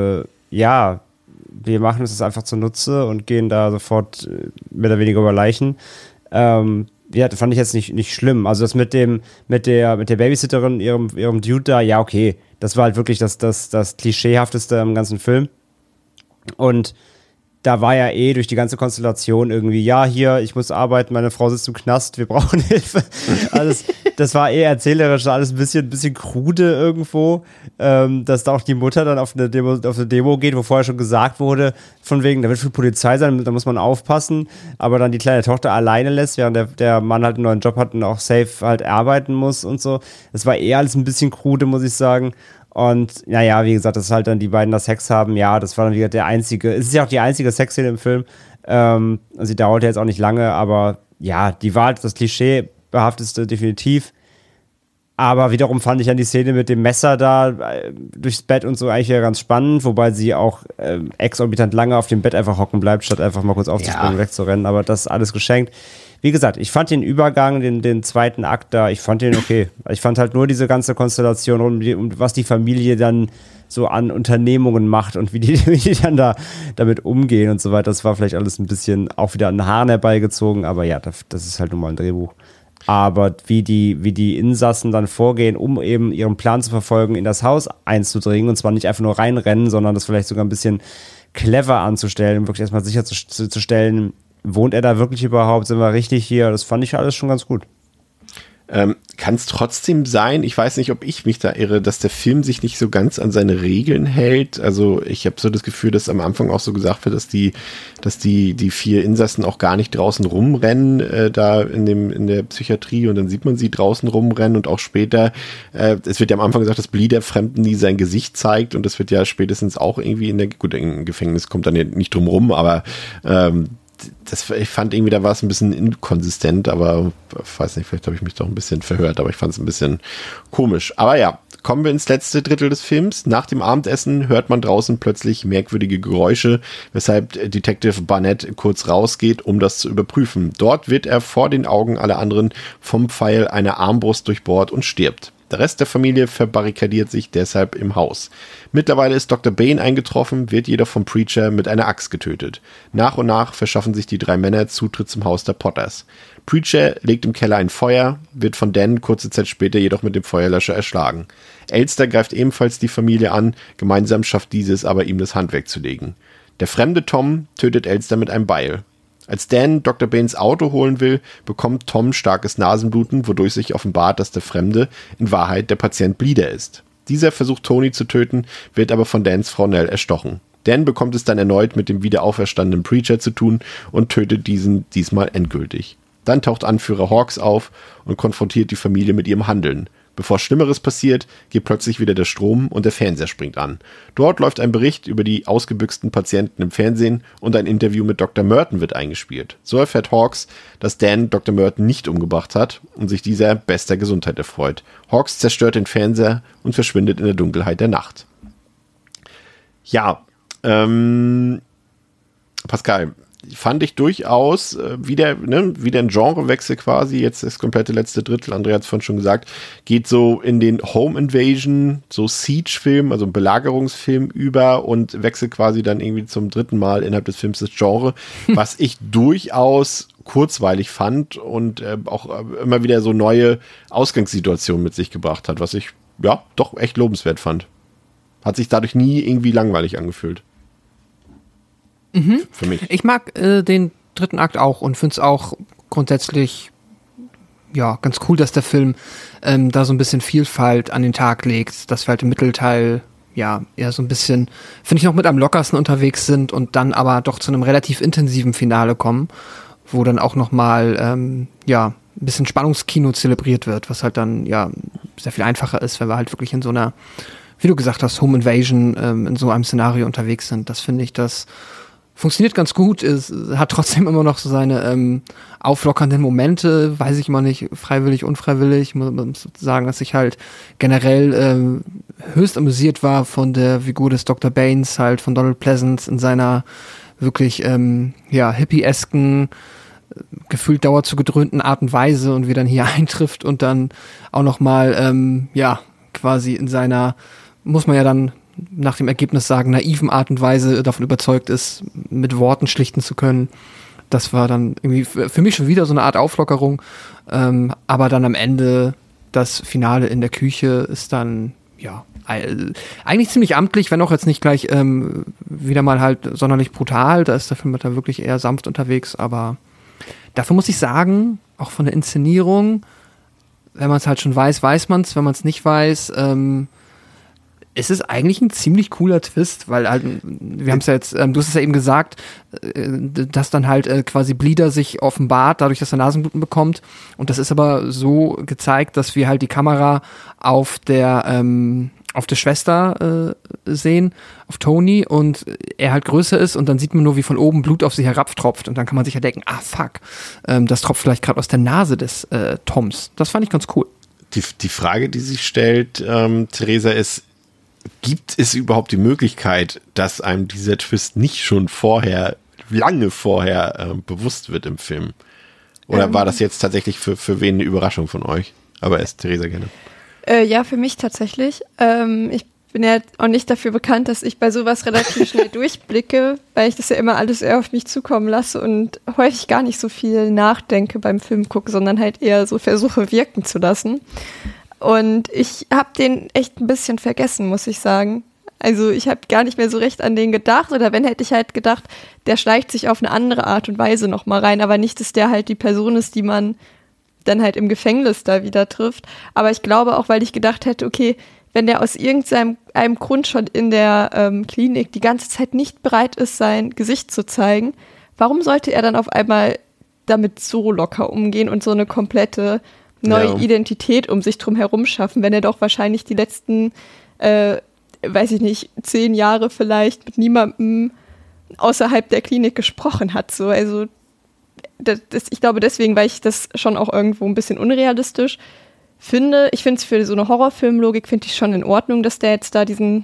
wir machen es einfach zunutze und gehen da sofort mehr oder weniger über Leichen. Das fand ich jetzt nicht schlimm. Also das mit der Babysitterin, ihrem Dude da, ja, okay. Das war halt wirklich das Klischeehafteste im ganzen Film. Und da war ja durch die ganze Konstellation irgendwie, ja, hier, ich muss arbeiten, meine Frau sitzt im Knast, wir brauchen Hilfe. Alles, das war erzählerisch, alles ein bisschen krude irgendwo, dass da auch die Mutter dann auf eine Demo geht, wo vorher schon gesagt wurde, von wegen, da wird viel Polizei sein, da muss man aufpassen, aber dann die kleine Tochter alleine lässt, während der Mann halt einen neuen Job hat und auch safe halt arbeiten muss und so. Das war alles ein bisschen krude, muss ich sagen. Und naja, wie gesagt, dass halt dann die beiden da Sex haben, ja, das war dann wieder es ist ja auch die einzige Sexszene im Film. Sie dauerte jetzt auch nicht lange, aber ja, die war halt das Klischee-behafteste definitiv. Aber wiederum fand ich dann die Szene mit dem Messer da durchs Bett und so eigentlich ja ganz spannend, wobei sie auch exorbitant lange auf dem Bett einfach hocken bleibt, statt einfach mal kurz aufzuspringen und wegzurennen. Aber das ist alles geschenkt. Wie gesagt, ich fand den Übergang, den zweiten Akt da, ich fand den okay. Ich fand halt nur diese ganze Konstellation um was die Familie dann so an Unternehmungen macht und wie die dann damit umgehen und so weiter. Das war vielleicht alles ein bisschen auch wieder an den Haaren herbeigezogen, aber ja, das ist halt nun mal ein Drehbuch. Aber wie die Insassen dann vorgehen, um eben ihren Plan zu verfolgen, in das Haus einzudringen und zwar nicht einfach nur reinrennen, sondern das vielleicht sogar ein bisschen clever anzustellen, wirklich erstmal sicherzustellen, wohnt er da wirklich überhaupt? Sind wir richtig hier? Das fand ich alles schon ganz gut. Kann es trotzdem sein, ich weiß nicht, ob ich mich da irre, dass der Film sich nicht so ganz an seine Regeln hält. Also ich habe so das Gefühl, dass am Anfang auch so gesagt wird, dass die 4 Insassen auch gar nicht draußen rumrennen, da in der Psychiatrie, und dann sieht man sie draußen rumrennen und auch später, es wird ja am Anfang gesagt, dass Blee der Fremden nie sein Gesicht zeigt, und das wird ja spätestens auch irgendwie im Gefängnis kommt dann ja nicht drum rum, aber ich fand irgendwie, da war es ein bisschen inkonsistent, aber ich weiß nicht, vielleicht habe ich mich doch ein bisschen verhört, aber ich fand es ein bisschen komisch. Aber ja, kommen wir ins letzte Drittel des Films. Nach dem Abendessen hört man draußen plötzlich merkwürdige Geräusche, weshalb Detective Barnett kurz rausgeht, um das zu überprüfen. Dort wird er vor den Augen aller anderen vom Pfeil einer Armbrust durchbohrt und stirbt. Der Rest der Familie verbarrikadiert sich deshalb im Haus. Mittlerweile ist Dr. Bane eingetroffen, wird jedoch vom Preacher mit einer Axt getötet. Nach und nach verschaffen sich die 3 Männer Zutritt zum Haus der Potters. Preacher legt im Keller ein Feuer, wird von Dan kurze Zeit später jedoch mit dem Feuerlöscher erschlagen. Elster greift ebenfalls die Familie an, gemeinsam schafft dieses aber, ihm das Handwerk zu legen. Der fremde Tom tötet Elster mit einem Beil. Als Dan Dr. Banes Auto holen will, bekommt Tom starkes Nasenbluten, wodurch sich offenbart, dass der Fremde in Wahrheit der Patient Bleeder ist. Dieser versucht Tony zu töten, wird aber von Dans Frau Nell erstochen. Dan bekommt es dann erneut mit dem wieder auferstandenen Preacher zu tun und tötet diesen diesmal endgültig. Dann taucht Anführer Hawks auf und konfrontiert die Familie mit ihrem Handeln. Bevor Schlimmeres passiert, geht plötzlich wieder der Strom und der Fernseher springt an. Dort läuft ein Bericht über die ausgebüxten Patienten im Fernsehen und ein Interview mit Dr. Merton wird eingespielt. So erfährt Hawks, dass Dan Dr. Merton nicht umgebracht hat und sich dieser bester Gesundheit erfreut. Hawks zerstört den Fernseher und verschwindet in der Dunkelheit der Nacht. Ja, Pascal, fand ich durchaus wieder ein Genrewechsel quasi. Jetzt das komplette letzte Drittel, Andrea hat es vorhin schon gesagt, geht so in den Home Invasion, so Siege-Film, also Belagerungsfilm über und wechselt quasi dann irgendwie zum 3. Mal innerhalb des Films das Genre, was ich durchaus kurzweilig fand und auch immer wieder so neue Ausgangssituationen mit sich gebracht hat, was ich ja doch echt lobenswert fand. Hat sich dadurch nie irgendwie langweilig angefühlt. Für mich. Ich mag den 3. Akt auch und finde es auch grundsätzlich ja ganz cool, dass der Film da so ein bisschen Vielfalt an den Tag legt, dass wir halt im Mittelteil ja eher so ein bisschen, finde ich, noch mit am lockersten unterwegs sind und dann aber doch zu einem relativ intensiven Finale kommen, wo dann auch nochmal ein bisschen Spannungskino zelebriert wird, was halt dann ja sehr viel einfacher ist, wenn wir halt wirklich in so einer, wie du gesagt hast, Home Invasion in so einem Szenario unterwegs sind. Das finde ich, das funktioniert ganz gut, es hat trotzdem immer noch so seine auflockernden Momente, weiß ich immer nicht, freiwillig, unfreiwillig. Ich muss sagen, dass ich halt generell höchst amüsiert war von der Figur des Dr. Banes, halt von Donald Pleasence in seiner wirklich hippie-esken, gefühlt dauerzugedröhnten Art und Weise und wie dann hier eintrifft und dann auch nochmal, quasi in seiner, muss man ja dann nach dem Ergebnis sagen, naiven Art und Weise davon überzeugt ist, mit Worten schlichten zu können. Das war dann irgendwie für mich schon wieder so eine Art Auflockerung. Aber dann am Ende das Finale in der Küche ist dann, ja, eigentlich ziemlich amtlich, wenn auch jetzt nicht gleich wieder mal halt sonderlich brutal. Da ist der Film da wirklich eher sanft unterwegs, aber dafür muss ich sagen, auch von der Inszenierung, wenn man es halt schon weiß, weiß man es. Wenn man es nicht weiß, es ist eigentlich ein ziemlich cooler Twist, weil halt, wir haben es ja jetzt, du hast es ja eben gesagt, dass dann halt quasi Bleeder sich offenbart, dadurch, dass er Nasenbluten bekommt. Und das ist aber so gezeigt, dass wir halt die Kamera auf der Schwester sehen, auf Tony, und er halt größer ist, und dann sieht man nur, wie von oben Blut auf sie herabtropft, und dann kann man sich ja denken, fuck, das tropft vielleicht gerade aus der Nase des Toms. Das fand ich ganz cool. Die Frage, die sich stellt, Theresa, ist, gibt es überhaupt die Möglichkeit, dass einem dieser Twist nicht schon lange vorher bewusst wird im Film? Oder war das jetzt tatsächlich für wen eine Überraschung von euch? Aber erst Theresa gerne. Ja, für mich tatsächlich. Ich bin ja auch nicht dafür bekannt, dass ich bei sowas relativ schnell durchblicke, weil ich das ja immer alles eher auf mich zukommen lasse und häufig gar nicht so viel nachdenke beim Film gucken, sondern halt eher so versuche, wirken zu lassen. Und ich habe den echt ein bisschen vergessen, muss ich sagen. Also ich habe gar nicht mehr so recht an den gedacht. Oder wenn, hätte ich halt gedacht, der schleicht sich auf eine andere Art und Weise nochmal rein. Aber nicht, dass der halt die Person ist, die man dann halt im Gefängnis da wieder trifft. Aber ich glaube auch, weil ich gedacht hätte, okay, wenn der aus irgendeinem Grund schon in der Klinik die ganze Zeit nicht bereit ist, sein Gesicht zu zeigen, warum sollte er dann auf einmal damit so locker umgehen und so eine komplette neue Identität um sich drum herum schaffen, wenn er doch wahrscheinlich die letzten, 10 Jahre vielleicht mit niemandem außerhalb der Klinik gesprochen hat. So. Also ich glaube deswegen, weil ich das schon auch irgendwo ein bisschen unrealistisch finde. Ich finde es für so eine Horrorfilmlogik, finde ich schon in Ordnung, dass es da diesen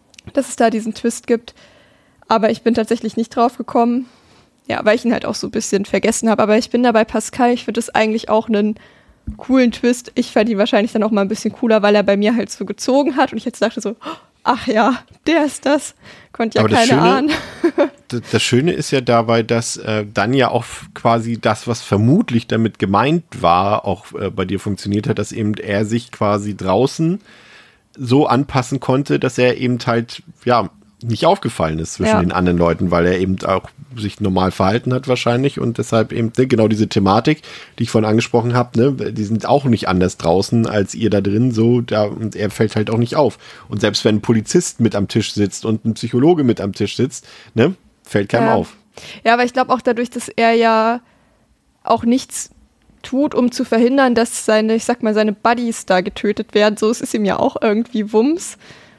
Twist gibt. Aber ich bin tatsächlich nicht drauf gekommen, ja, weil ich ihn halt auch so ein bisschen vergessen habe. Aber ich bin da bei Pascal, ich finde das eigentlich auch einen coolen Twist. Ich fand ihn wahrscheinlich dann auch mal ein bisschen cooler, weil er bei mir halt so gezogen hat und ich jetzt dachte so, ach ja, der ist das. Konnte ja keiner ahnen. Das Schöne ist ja dabei, dass dann ja auch quasi das, was vermutlich damit gemeint war, auch bei dir funktioniert hat, dass eben er sich quasi draußen so anpassen konnte, dass er eben halt, ja, nicht aufgefallen ist zwischen den anderen Leuten, weil er eben auch sich normal verhalten hat wahrscheinlich und deshalb eben genau diese Thematik, die ich vorhin angesprochen habe, ne, die sind auch nicht anders draußen als ihr da drin, und er fällt halt auch nicht auf. Und selbst wenn ein Polizist mit am Tisch sitzt und ein Psychologe mit am Tisch sitzt, ne, fällt keinem auf. Ja, aber ich glaube auch dadurch, dass er ja auch nichts tut, um zu verhindern, dass seine Buddies da getötet werden, so es ist ihm ja auch irgendwie Wumms.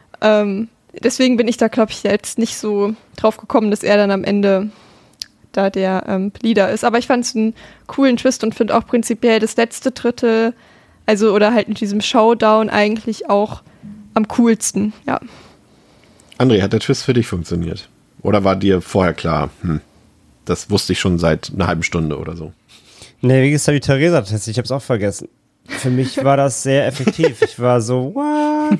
Deswegen bin ich da, glaube ich, jetzt nicht so drauf gekommen, dass er dann am Ende da der Leader ist. Aber ich fand es einen coolen Twist und finde auch prinzipiell das letzte Drittel, also oder halt in diesem Showdown eigentlich auch am coolsten, ja. André, hat der Twist für dich funktioniert? Oder war dir vorher klar, das wusste ich schon seit einer halben Stunde oder so? Nee, wie gesagt, wie Theresa, ich habe es auch vergessen. Für mich war das sehr effektiv. Ich war so, what?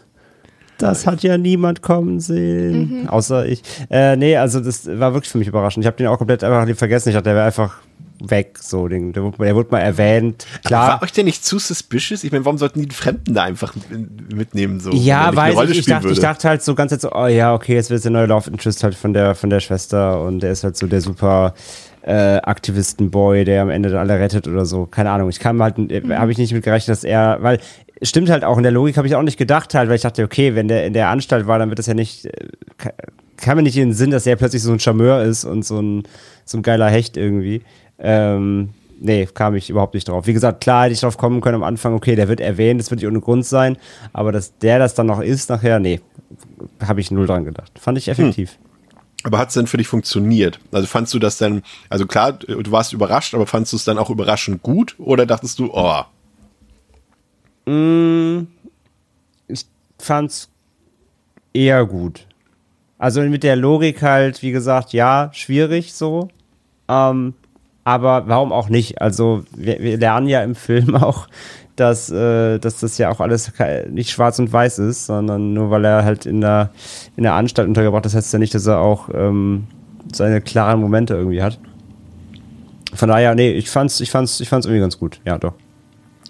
Das hat ja niemand kommen sehen. Außer ich. Also das war wirklich für mich überraschend. Ich habe den auch komplett einfach vergessen. Ich dachte, der wäre einfach weg. So, der wurde mal erwähnt. Klar. Aber war euch der nicht zu suspicious? Ich meine, warum sollten die den Fremden da einfach mitnehmen? So, ja, weil ich dachte halt so ganz jetzt so, oh ja, okay, jetzt wird der neue Love Interest halt von der Schwester und der ist halt so der super Aktivisten-Boy, der am Ende dann alle rettet oder so. Keine Ahnung. Habe ich nicht mit gerechnet, dass er, weil stimmt halt auch, in der Logik habe ich auch nicht gedacht halt, weil ich dachte, okay, wenn der in der Anstalt war, dann wird das ja nicht, kam mir nicht in den Sinn, dass er plötzlich so ein Charmeur ist und so ein geiler Hecht irgendwie. Nee, kam ich überhaupt nicht drauf. Wie gesagt, klar hätte ich drauf kommen können am Anfang, okay, der wird erwähnt, das wird nicht ohne Grund sein, aber dass der das dann noch ist nachher, nee, habe ich null dran gedacht. Fand ich effektiv. Aber hat es denn für dich funktioniert? Also fandst du das dann, also klar, du warst überrascht, aber fandst du es dann auch überraschend gut oder dachtest du, oh? Ich fand's eher gut. Also mit der Logik halt, wie gesagt, ja, schwierig so. Aber warum auch nicht? Also wir lernen ja im Film auch, dass das ja auch alles nicht schwarz und weiß ist, sondern nur weil er halt in der Anstalt untergebracht ist, heißt ja nicht, dass er auch seine klaren Momente irgendwie hat. Von daher, nee, ich fand's irgendwie ganz gut, ja doch.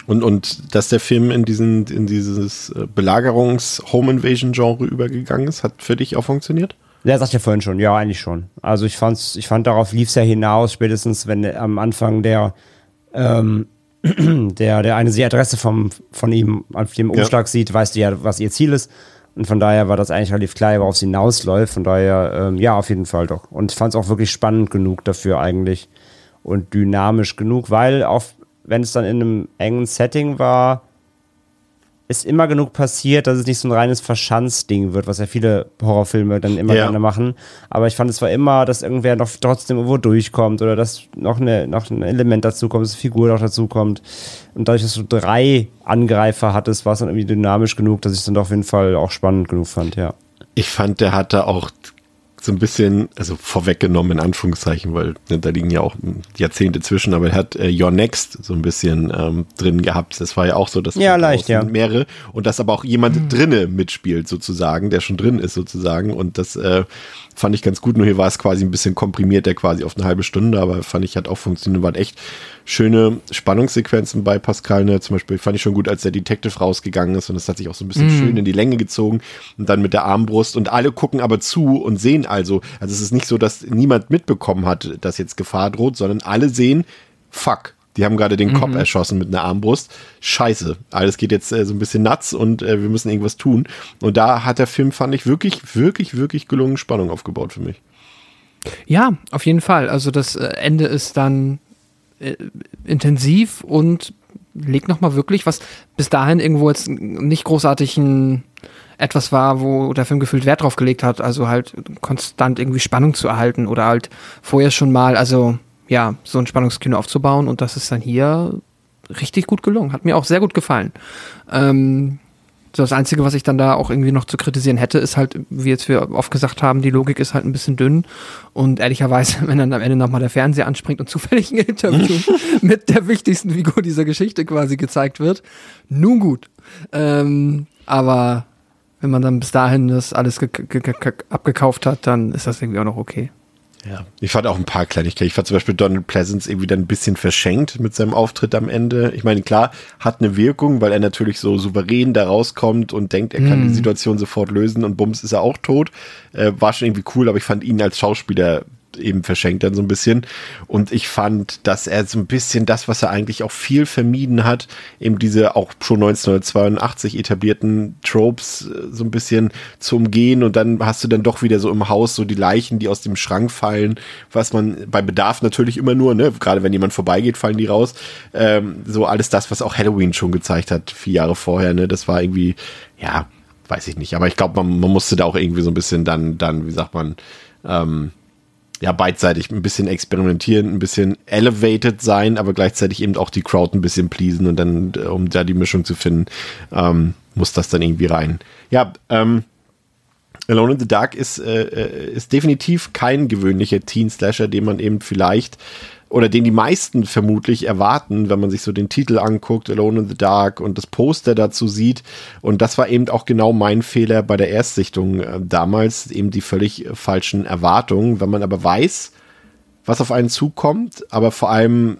Und dass der Film in dieses Belagerungs-Home-Invasion-Genre übergegangen ist, hat für dich auch funktioniert? Ja, sagte ja vorhin schon, ja, eigentlich schon. Also ich fand, darauf lief es ja hinaus, spätestens wenn am Anfang der eine die Adresse von ihm auf dem Umschlag sieht, weißt du ja, was ihr Ziel ist. Und von daher war das eigentlich relativ klar, worauf es hinausläuft. Von daher, ja, auf jeden Fall doch. Und ich fand es auch wirklich spannend genug dafür eigentlich und dynamisch genug, weil auch wenn es dann in einem engen Setting war, ist immer genug passiert, dass es nicht so ein reines Verschanzding wird, was ja viele Horrorfilme dann immer gerne machen. Aber ich fand, es war immer, dass irgendwer noch trotzdem irgendwo durchkommt oder dass noch ein Element dazu kommt, dass eine Figur noch dazu kommt. Und dadurch, dass du 3 Angreifer hattest, war es dann irgendwie dynamisch genug, dass ich es dann doch auf jeden Fall auch spannend genug fand, ja. Ich fand, der hatte auch so ein bisschen, also vorweggenommen in Anführungszeichen, weil da liegen ja auch Jahrzehnte zwischen, aber er hat Your Next so ein bisschen drin gehabt. Das war ja auch so, dass mehrere und dass aber auch jemand drinne mitspielt sozusagen, der schon drin ist sozusagen und das fand ich ganz gut, nur hier war es quasi ein bisschen komprimiert, der quasi auf eine halbe Stunde, aber fand ich, hat auch funktioniert, waren echt schöne Spannungssequenzen bei Pascal, ne? Zum Beispiel fand ich schon gut, als der Detective rausgegangen ist und das hat sich auch so ein bisschen schön in die Länge gezogen und dann mit der Armbrust und alle gucken aber zu und sehen also es ist nicht so, dass niemand mitbekommen hat, dass jetzt Gefahr droht, sondern alle sehen, fuck, die haben gerade den Cop erschossen mit einer Armbrust. Scheiße, alles geht jetzt so ein bisschen nuts und wir müssen irgendwas tun. Und da hat der Film, fand ich, wirklich, wirklich, wirklich gelungen Spannung aufgebaut für mich. Ja, auf jeden Fall. Also das Ende ist dann intensiv und legt nochmal wirklich, was bis dahin irgendwo jetzt nicht großartig etwas war, wo der Film gefühlt Wert drauf gelegt hat, also halt konstant irgendwie Spannung zu erhalten oder halt vorher schon mal, also ja, so ein Spannungskino aufzubauen und das ist dann hier richtig gut gelungen. Hat mir auch sehr gut gefallen. So das Einzige, was ich dann da auch irgendwie noch zu kritisieren hätte, ist halt, wie jetzt wir oft gesagt haben, die Logik ist halt ein bisschen dünn und ehrlicherweise, wenn dann am Ende nochmal der Fernseher anspringt und zufällig ein Interview mit der wichtigsten Figur dieser Geschichte quasi gezeigt wird, nun gut. Aber wenn man dann bis dahin das alles abgekauft hat, dann ist das irgendwie auch noch okay. Ja, ich fand auch ein paar Kleinigkeiten. Ich fand zum Beispiel Donald Pleasence irgendwie dann ein bisschen verschenkt mit seinem Auftritt am Ende. Ich meine, klar, hat eine Wirkung, weil er natürlich so souverän da rauskommt und denkt, er kann die Situation sofort lösen und bums ist er auch tot. War schon irgendwie cool, aber ich fand ihn als Schauspieler eben verschenkt dann so ein bisschen. Und ich fand, dass er so ein bisschen das, was er eigentlich auch viel vermieden hat, eben diese auch schon 1982 etablierten Tropes so ein bisschen zu umgehen. Und dann hast du dann doch wieder so im Haus so die Leichen, die aus dem Schrank fallen, was man bei Bedarf natürlich immer nur, ne, gerade wenn jemand vorbeigeht, fallen die raus. So alles das, was auch Halloween schon gezeigt hat, 4 Jahre vorher, ne, das war irgendwie, ja, weiß ich nicht. Aber ich glaube, man musste da auch irgendwie so ein bisschen dann, wie sagt man, ja, beidseitig ein bisschen experimentieren, ein bisschen elevated sein, aber gleichzeitig eben auch die Crowd ein bisschen pleasen und dann, um da die Mischung zu finden, muss das dann irgendwie rein. Ja, Alone in the Dark ist definitiv kein gewöhnlicher Teen-Slasher, den man eben vielleicht oder den die meisten vermutlich erwarten, wenn man sich so den Titel anguckt, Alone in the Dark und das Poster dazu sieht. Und das war eben auch genau mein Fehler bei der Erstsichtung damals, eben die völlig falschen Erwartungen. Wenn man aber weiß, was auf einen zukommt, aber vor allem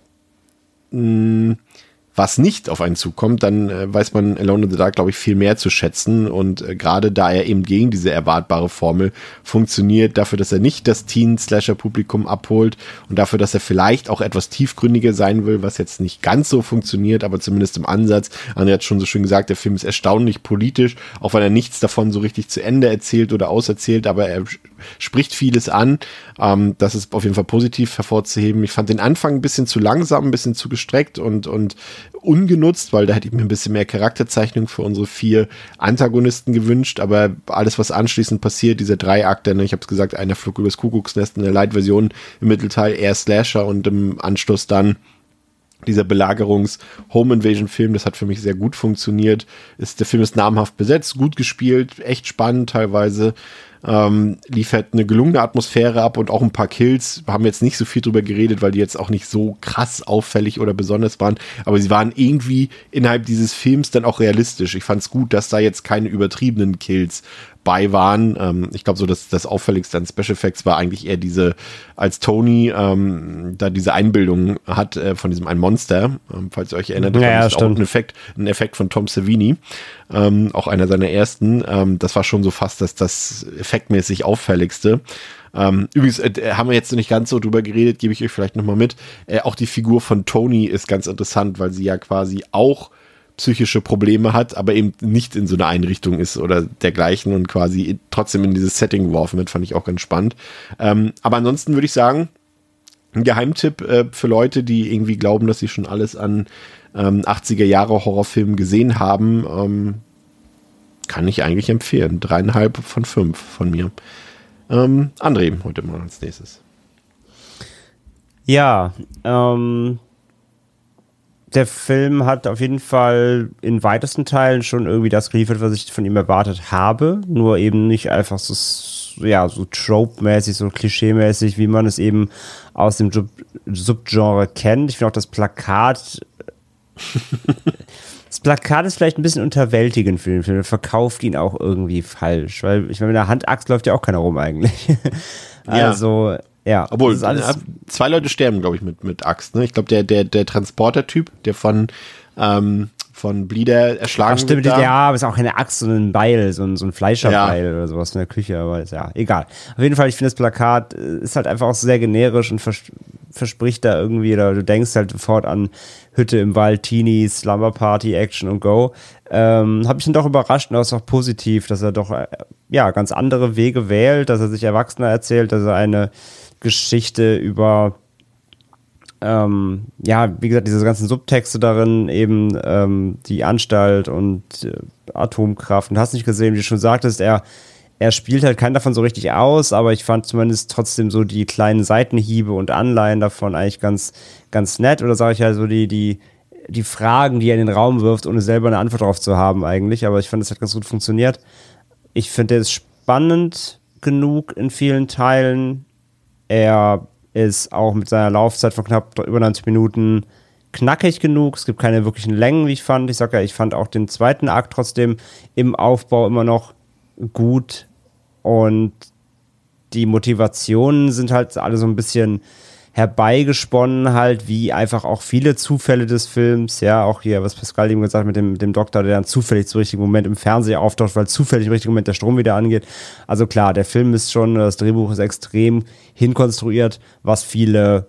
was nicht auf einen zukommt, dann weiß man Alone in the Dark, glaube ich, viel mehr zu schätzen. Und gerade da er eben gegen diese erwartbare Formel funktioniert, dafür, dass er nicht das Teen-Slasher-Publikum abholt und dafür, dass er vielleicht auch etwas tiefgründiger sein will, was jetzt nicht ganz so funktioniert, aber zumindest im Ansatz. André hat schon so schön gesagt, der Film ist erstaunlich politisch, auch wenn er nichts davon so richtig zu Ende erzählt oder auserzählt, aber er spricht vieles an. Das ist auf jeden Fall positiv hervorzuheben. Ich fand den Anfang ein bisschen zu langsam, ein bisschen zu gestreckt und ungenutzt, weil da hätte ich mir ein bisschen mehr Charakterzeichnung für unsere 4 Antagonisten gewünscht, aber alles, was anschließend passiert, dieser Dreiakter, ne, ich habe es gesagt, einer flog übers Kuckucksnest in der Light-Version, im Mittelteil eher Slasher und im Anschluss dann dieser Belagerungs-Home-Invasion-Film, das hat für mich sehr gut funktioniert. Der Film ist namhaft besetzt, gut gespielt, echt spannend teilweise. liefert eine gelungene Atmosphäre ab und auch ein paar Kills. Haben jetzt nicht so viel drüber geredet, weil die jetzt auch nicht so krass auffällig oder besonders waren, aber sie waren irgendwie innerhalb dieses Films dann auch realistisch. Ich fand es gut, dass da jetzt keine übertriebenen Kills bei waren. Ich glaube so, dass das Auffälligste an Special Effects war eigentlich eher als Tony da diese Einbildung hat von diesem ein Monster, falls ihr euch erinnert, ja, auch ein Effekt von Tom Savini, auch einer seiner ersten. Das war schon so fast das effektmäßig auffälligste. Übrigens haben wir jetzt nicht ganz so drüber geredet, gebe ich euch vielleicht nochmal mit. Auch die Figur von Tony ist ganz interessant, weil sie ja quasi auch psychische Probleme hat, aber eben nicht in so einer Einrichtung ist oder dergleichen und quasi trotzdem in dieses Setting geworfen wird, fand ich auch ganz spannend. Aber ansonsten würde ich sagen, ein Geheimtipp für Leute, die irgendwie glauben, dass sie schon alles an 80er Jahre Horrorfilmen gesehen haben, kann ich eigentlich empfehlen. 3,5 von 5 von mir. André, heute mal als nächstes. Ja, der Film hat auf jeden Fall in weitesten Teilen schon irgendwie das geliefert, was ich von ihm erwartet habe. Nur eben nicht einfach so trope-mäßig, so klischee-mäßig, wie man es eben aus dem Subgenre kennt. Ich finde auch das Plakat ist vielleicht ein bisschen unterwältigend für den Film. Er verkauft ihn auch irgendwie falsch. Weil, ich meine, mit einer Handaxt läuft ja auch keiner rum eigentlich. Also, ja. Obwohl, zwei Leute sterben, glaube ich, mit Axt. Ne? Ich glaube, der Transporter-Typ, der von Bleeder erschlagen stimmt, wird. Ja, aber es ist auch keine Axt, sondern ein Beil, so ein Fleischerbeil oder sowas in der Küche, aber ist ja egal. Auf jeden Fall, ich finde das Plakat ist halt einfach auch sehr generisch und verspricht da irgendwie, oder du denkst halt sofort an Hütte im Wald, Teenie, Slumber Party, Action und Go. Hab ich dann doch überrascht und auch so positiv, dass er doch ganz andere Wege wählt, dass er sich erwachsener erzählt, dass er eine Geschichte über wie gesagt, diese ganzen Subtexte darin, eben die Anstalt und Atomkraft. Und hast nicht gesehen, wie du schon sagtest, er spielt halt keinen davon so richtig aus, aber ich fand zumindest trotzdem so die kleinen Seitenhiebe und Anleihen davon eigentlich ganz, ganz nett. Oder sage ich halt so die Fragen, die er in den Raum wirft, ohne selber eine Antwort darauf zu haben eigentlich. Aber ich fand, es hat ganz gut funktioniert. Ich finde, er ist spannend genug in vielen Teilen. Er ist auch mit seiner Laufzeit von knapp über 90 Minuten knackig genug. Es gibt keine wirklichen Längen, wie ich fand. Ich sag ja, ich fand auch den zweiten Akt trotzdem im Aufbau immer noch gut. Und die Motivationen sind halt alle so ein bisschen herbeigesponnen halt, wie einfach auch viele Zufälle des Films, ja, auch hier, was Pascal eben gesagt hat mit dem Doktor, der dann zufällig zum richtigen Moment im Fernseher auftaucht, weil zufällig im richtigen Moment der Strom wieder angeht. Also klar, der Film ist schon, das Drehbuch ist extrem hinkonstruiert, was viele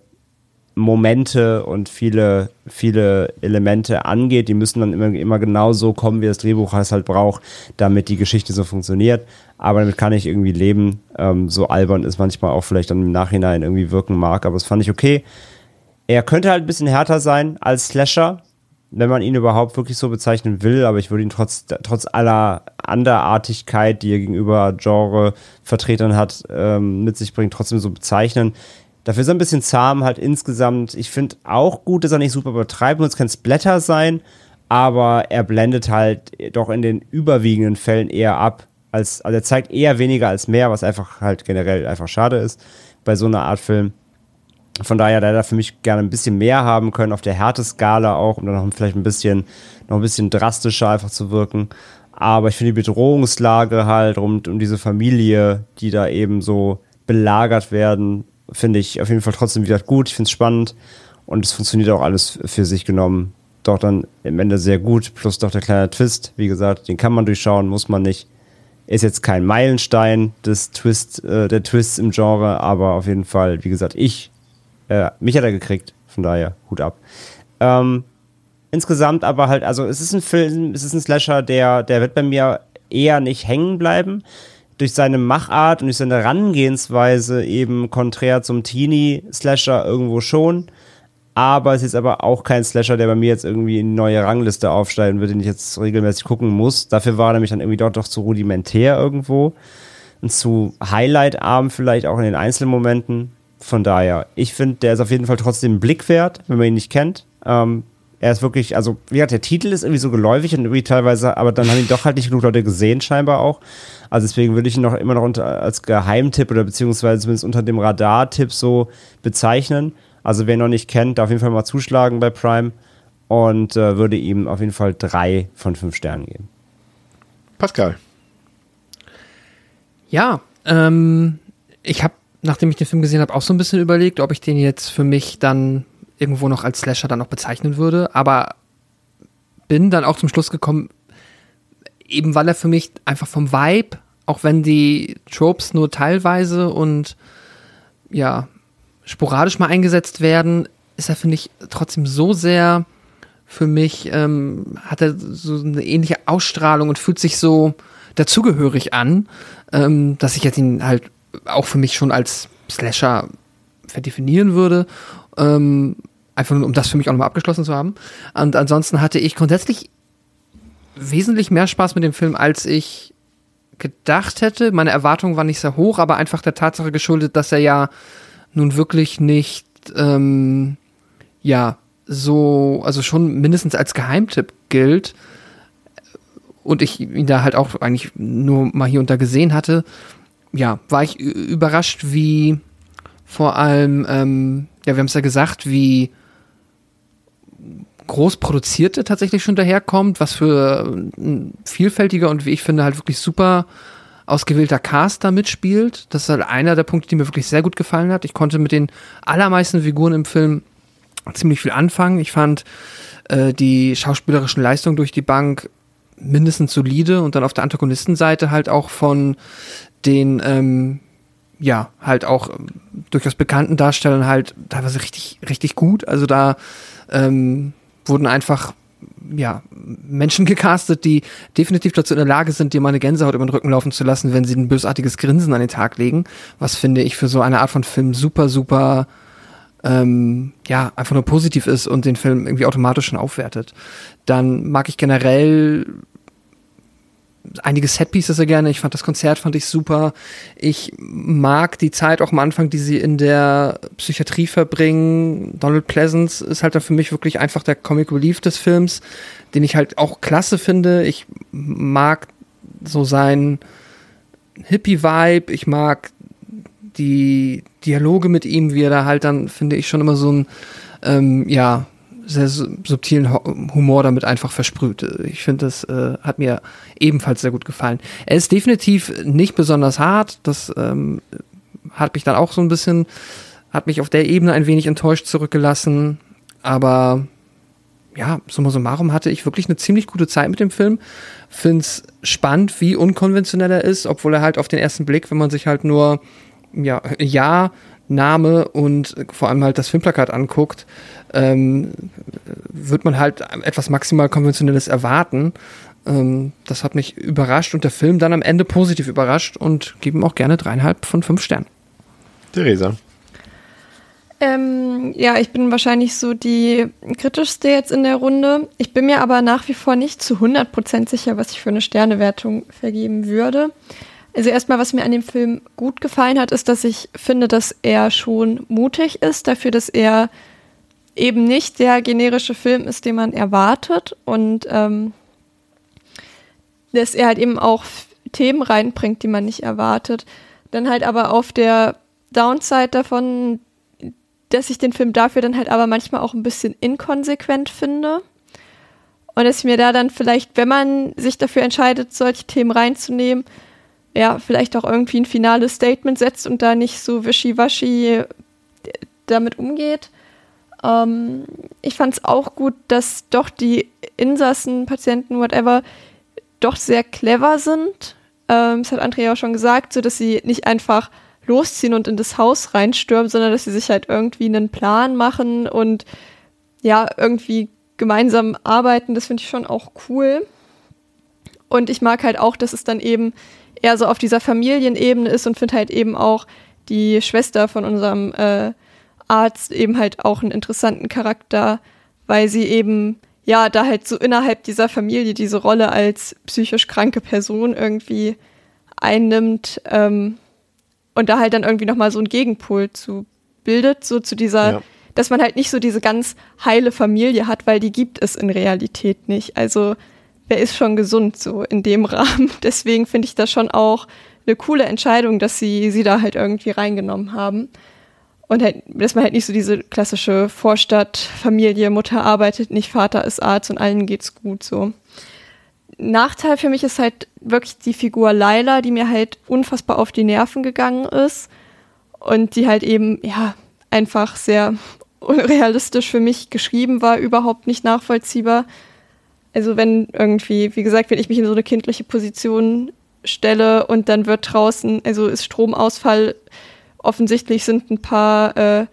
Momente und viele Elemente angeht. Die müssen dann immer genau so kommen, wie das Drehbuch es halt braucht, damit die Geschichte so funktioniert. Aber damit kann ich irgendwie leben. So albern ist manchmal auch vielleicht dann im Nachhinein irgendwie wirken mag, aber das fand ich okay. Er könnte halt ein bisschen härter sein als Slasher, wenn man ihn überhaupt wirklich so bezeichnen will, aber ich würde ihn trotz aller Anderartigkeit, die er gegenüber Genre-Vertretern hat, mit sich bringt, trotzdem so bezeichnen. Dafür ist er ein bisschen zahm halt insgesamt. Ich finde auch gut, dass er nicht super übertreibt, muss kein Splatter sein, aber er blendet halt doch in den überwiegenden Fällen eher ab. Also er zeigt eher weniger als mehr, was einfach halt generell einfach schade ist bei so einer Art Film. Von daher hätte er für mich gerne ein bisschen mehr haben können auf der Härteskala auch, um dann noch vielleicht ein bisschen drastischer einfach zu wirken. Aber ich finde die Bedrohungslage halt rund um diese Familie, die da eben so belagert werden, finde ich auf jeden Fall trotzdem wieder gut. Ich finde es spannend und es funktioniert auch alles für sich genommen. Doch dann am Ende sehr gut. Plus doch der kleine Twist. Wie gesagt, den kann man durchschauen, muss man nicht. Ist jetzt kein Meilenstein der Twists im Genre, aber auf jeden Fall, wie gesagt, mich hat er gekriegt. Von daher, Hut ab. Insgesamt aber halt, also es ist ein Film, es ist ein Slasher, der wird bei mir eher nicht hängen bleiben. Durch seine Machart und durch seine Herangehensweise eben konträr zum Teenie-Slasher irgendwo schon. Aber es ist aber auch kein Slasher, der bei mir jetzt irgendwie in die neue Rangliste aufsteigen wird, den ich jetzt regelmäßig gucken muss. Dafür war er nämlich dann irgendwie doch zu rudimentär irgendwo. Und zu highlightarm vielleicht auch in den Einzelmomenten. Von daher, ich finde, der ist auf jeden Fall trotzdem einen Blick wert, wenn man ihn nicht kennt. Er ist wirklich, also wie gesagt, der Titel ist irgendwie so geläufig und irgendwie teilweise, aber dann haben ihn doch halt nicht genug Leute gesehen scheinbar auch. Also deswegen würde ich ihn immer noch als Geheimtipp oder beziehungsweise zumindest unter dem Radar-Tipp so bezeichnen. Also wer ihn noch nicht kennt, darf auf jeden Fall mal zuschlagen bei Prime und würde ihm auf jeden Fall 3 von 5 Sternen geben. Pascal. Ja, ich habe, nachdem ich den Film gesehen habe, auch so ein bisschen überlegt, ob ich den jetzt für mich dann irgendwo noch als Slasher dann noch bezeichnen würde, aber bin dann auch zum Schluss gekommen, eben weil er für mich einfach vom Vibe, auch wenn die Tropes nur teilweise und ja, sporadisch mal eingesetzt werden, ist er, finde ich, trotzdem so sehr für mich, hat er so eine ähnliche Ausstrahlung und fühlt sich so dazugehörig an, dass ich jetzt ihn halt auch für mich schon als Slasher verdefinieren würde. Einfach nur, um das für mich auch nochmal abgeschlossen zu haben. Und ansonsten hatte ich grundsätzlich wesentlich mehr Spaß mit dem Film, als ich gedacht hätte. Meine Erwartung war nicht sehr hoch, aber einfach der Tatsache geschuldet, dass er ja nun wirklich nicht, so, also schon mindestens als Geheimtipp gilt. Und ich ihn da halt auch eigentlich nur mal hier und da gesehen hatte. Ja, war ich überrascht, wie vor allem, wir haben es ja gesagt, wie groß produzierte tatsächlich schon daherkommt, was für ein vielfältiger und wie ich finde halt wirklich super ausgewählter Cast da mitspielt. Das ist halt einer der Punkte, die mir wirklich sehr gut gefallen hat. Ich konnte mit den allermeisten Figuren im Film ziemlich viel anfangen. Ich fand die schauspielerischen Leistungen durch die Bank mindestens solide und dann auf der Antagonistenseite halt auch von den halt auch durchaus bekannten Darstellern halt teilweise richtig, richtig gut. Also da wurden einfach Menschen gecastet, die definitiv dazu in der Lage sind, dir mal eine Gänsehaut über den Rücken laufen zu lassen, wenn sie ein bösartiges Grinsen an den Tag legen. Was, finde ich, für so eine Art von Film super, super einfach nur positiv ist und den Film irgendwie automatisch schon aufwertet. Dann mag ich generell einige Setpieces sehr gerne. Ich fand das Konzert super. Ich mag die Zeit auch am Anfang, die sie in der Psychiatrie verbringen. Donald Pleasence ist halt dann für mich wirklich einfach der Comic Relief des Films, den ich halt auch klasse finde. Ich mag so seinen Hippie-Vibe. Ich mag die Dialoge mit ihm, wie er da halt dann, finde ich, schon immer so ein sehr subtilen Humor damit einfach versprüht. Ich finde, das hat mir ebenfalls sehr gut gefallen. Er ist definitiv nicht besonders hart. Das hat mich dann auch so ein bisschen, hat mich auf der Ebene ein wenig enttäuscht zurückgelassen. Aber ja, summa summarum hatte ich wirklich eine ziemlich gute Zeit mit dem Film. Find's spannend, wie unkonventionell er ist, obwohl er halt auf den ersten Blick, wenn man sich halt nur Name und vor allem halt das Filmplakat anguckt, wird man halt etwas maximal Konventionelles erwarten. Das hat mich überrascht und der Film dann am Ende positiv überrascht und gebe ihm auch gerne 3,5 von 5 Sternen. Theresa. Ich bin wahrscheinlich so die kritischste jetzt in der Runde. Ich bin mir aber nach wie vor nicht zu 100% sicher, was ich für eine Sternewertung vergeben würde. Also erstmal, was mir an dem Film gut gefallen hat, ist, dass ich finde, dass er schon mutig ist, dafür, dass er eben nicht der generische Film ist, den man erwartet und dass er halt eben auch Themen reinbringt, die man nicht erwartet. Dann halt aber auf der Downside davon, dass ich den Film dafür dann halt aber manchmal auch ein bisschen inkonsequent finde und dass ich mir da dann vielleicht, wenn man sich dafür entscheidet, solche Themen reinzunehmen, vielleicht auch irgendwie ein finales Statement setzt und da nicht so wischiwaschi damit umgeht. Ich fand es auch gut, dass doch die Insassen, Patienten, whatever, doch sehr clever sind. Das hat Andrea auch schon gesagt, so dass sie nicht einfach losziehen und in das Haus reinstürmen, sondern dass sie sich halt irgendwie einen Plan machen und irgendwie gemeinsam arbeiten. Das finde ich schon auch cool. Und ich mag halt auch, dass es dann eben eher so auf dieser Familienebene ist und finde halt eben auch die Schwester von unserem Arzt eben halt auch einen interessanten Charakter, weil sie eben da halt so innerhalb dieser Familie diese Rolle als psychisch kranke Person irgendwie einnimmt und da halt dann irgendwie nochmal so einen Gegenpol zu bildet, so zu dieser dass man halt nicht so diese ganz heile Familie hat, weil die gibt es in Realität nicht. Also wer ist schon gesund so in dem Rahmen? Deswegen finde ich das schon auch eine coole Entscheidung, dass sie da halt irgendwie reingenommen haben. Und halt, dass man halt nicht so diese klassische Vorstadtfamilie, Mutter arbeitet nicht, Vater ist Arzt und allen geht's gut so. Nachteil für mich ist halt wirklich die Figur Laila, die mir halt unfassbar auf die Nerven gegangen ist und die halt eben, ja, einfach sehr unrealistisch für mich geschrieben war, überhaupt nicht nachvollziehbar. Also wenn irgendwie, wie gesagt, wenn ich mich in so eine kindliche Position stelle und dann wird draußen, also ist Stromausfall, offensichtlich sind ein paar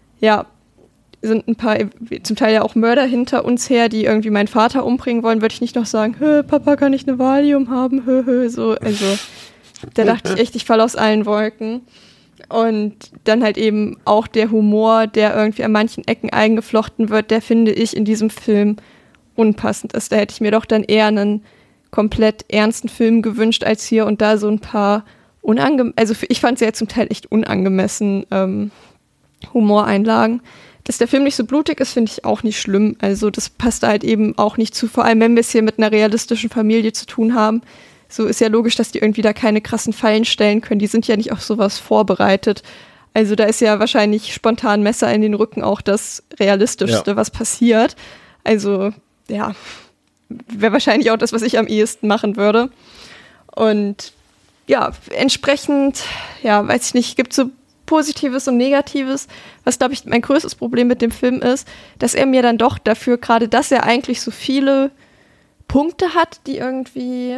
zum Teil ja auch Mörder hinter uns her, die irgendwie meinen Vater umbringen wollen, würde ich nicht noch sagen, Papa, kann ich eine Valium haben? So, also da dachte ich echt, ich falle aus allen Wolken. Und dann halt eben auch der Humor, der irgendwie an manchen Ecken eingeflochten wird, der finde ich in diesem Film unpassend ist. Da hätte ich mir doch dann eher komplett ernsten Film gewünscht, als hier und da so ein paar ich fand es ja zum Teil echt unangemessen Humoreinlagen. Dass der Film nicht so blutig ist, finde ich auch nicht schlimm. Also das passt da halt eben auch nicht zu, vor allem wenn wir es hier mit einer realistischen Familie zu tun haben. So ist ja logisch, dass die irgendwie da keine krassen Fallen stellen können. Die sind ja nicht auf sowas vorbereitet. Also da ist ja wahrscheinlich spontan Messer in den Rücken auch das Realistischste, was passiert. Also ja, wäre wahrscheinlich auch das, was ich am ehesten machen würde. Und ja, entsprechend, ja, weiß ich nicht, gibt so Positives und Negatives. Was, glaube ich, mein größtes Problem mit dem Film ist, dass er mir dann doch dafür, gerade dass er eigentlich so viele Punkte hat, die irgendwie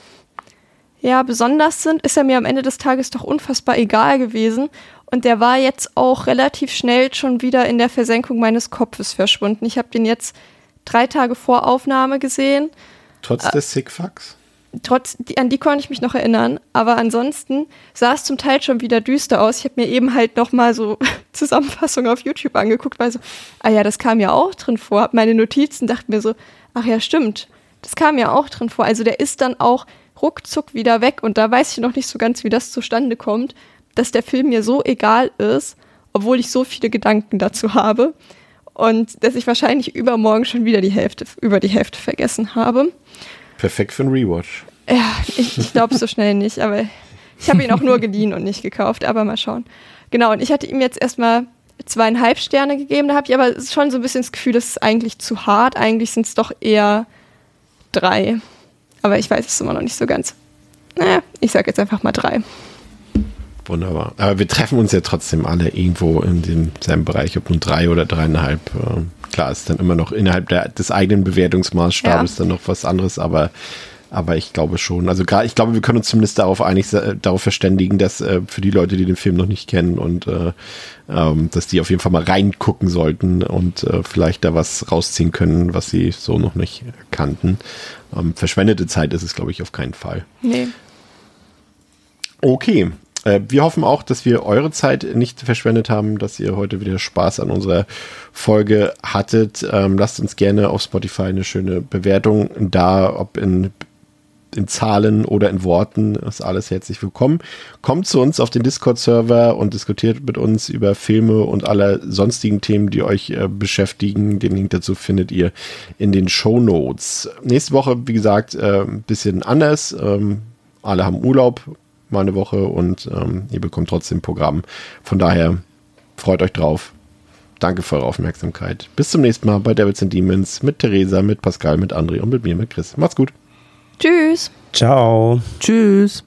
ja besonders sind, ist er mir am Ende des Tages doch unfassbar egal gewesen. Und der war jetzt auch relativ schnell schon wieder in der Versenkung meines Kopfes verschwunden. Ich habe den jetzt 3 Tage vor Aufnahme gesehen. Trotz des Sickfucks? An die konnte ich mich noch erinnern, aber ansonsten sah es zum Teil schon wieder düster aus. Ich habe mir eben halt noch mal so Zusammenfassungen auf YouTube angeguckt, weil so, das kam ja auch drin vor. Hab meine Notizen, dachte mir so, ach ja, stimmt, das kam ja auch drin vor. Also der ist dann auch ruckzuck wieder weg und da weiß ich noch nicht so ganz, wie das zustande kommt, dass der Film mir so egal ist, obwohl ich so viele Gedanken dazu habe und dass ich wahrscheinlich übermorgen schon wieder über die Hälfte vergessen habe. Perfekt für einen Rewatch. Ja, ich glaube es so schnell nicht, aber ich habe ihn auch nur geliehen und nicht gekauft, aber mal schauen. Genau, und ich hatte ihm jetzt erstmal 2,5 Sterne gegeben, da habe ich aber schon so ein bisschen das Gefühl, das ist eigentlich zu hart, eigentlich sind es doch eher 3. Aber ich weiß es immer noch nicht so ganz. Naja, ich sage jetzt einfach mal 3. Wunderbar. Aber wir treffen uns ja trotzdem alle irgendwo in demselben Bereich, ob nun 3 oder 3,5. Klar, ist dann immer noch innerhalb des eigenen Bewertungsmaßstabes dann noch was anderes, aber ich glaube schon. Also ich glaube, wir können uns zumindest darauf verständigen, dass für die Leute, die den Film noch nicht kennen und dass die auf jeden Fall mal reingucken sollten und vielleicht da was rausziehen können, was sie so noch nicht kannten. Verschwendete Zeit ist es, glaube ich, auf keinen Fall. Nee. Okay. Wir hoffen auch, dass wir eure Zeit nicht verschwendet haben, dass ihr heute wieder Spaß an unserer Folge hattet. Lasst uns gerne auf Spotify eine schöne Bewertung da, ob in Zahlen oder in Worten, ist alles herzlich willkommen. Kommt zu uns auf den Discord-Server und diskutiert mit uns über Filme und alle sonstigen Themen, die euch beschäftigen. Den Link dazu findet ihr in den Shownotes. Nächste Woche, wie gesagt, ein bisschen anders. Alle haben Urlaub. Mal eine Woche und ihr bekommt trotzdem Programm. Von daher freut euch drauf. Danke für eure Aufmerksamkeit. Bis zum nächsten Mal bei Devils and Demons mit Theresa, mit Pascal, mit André und mit mir, mit Chris. Macht's gut. Tschüss. Ciao. Tschüss.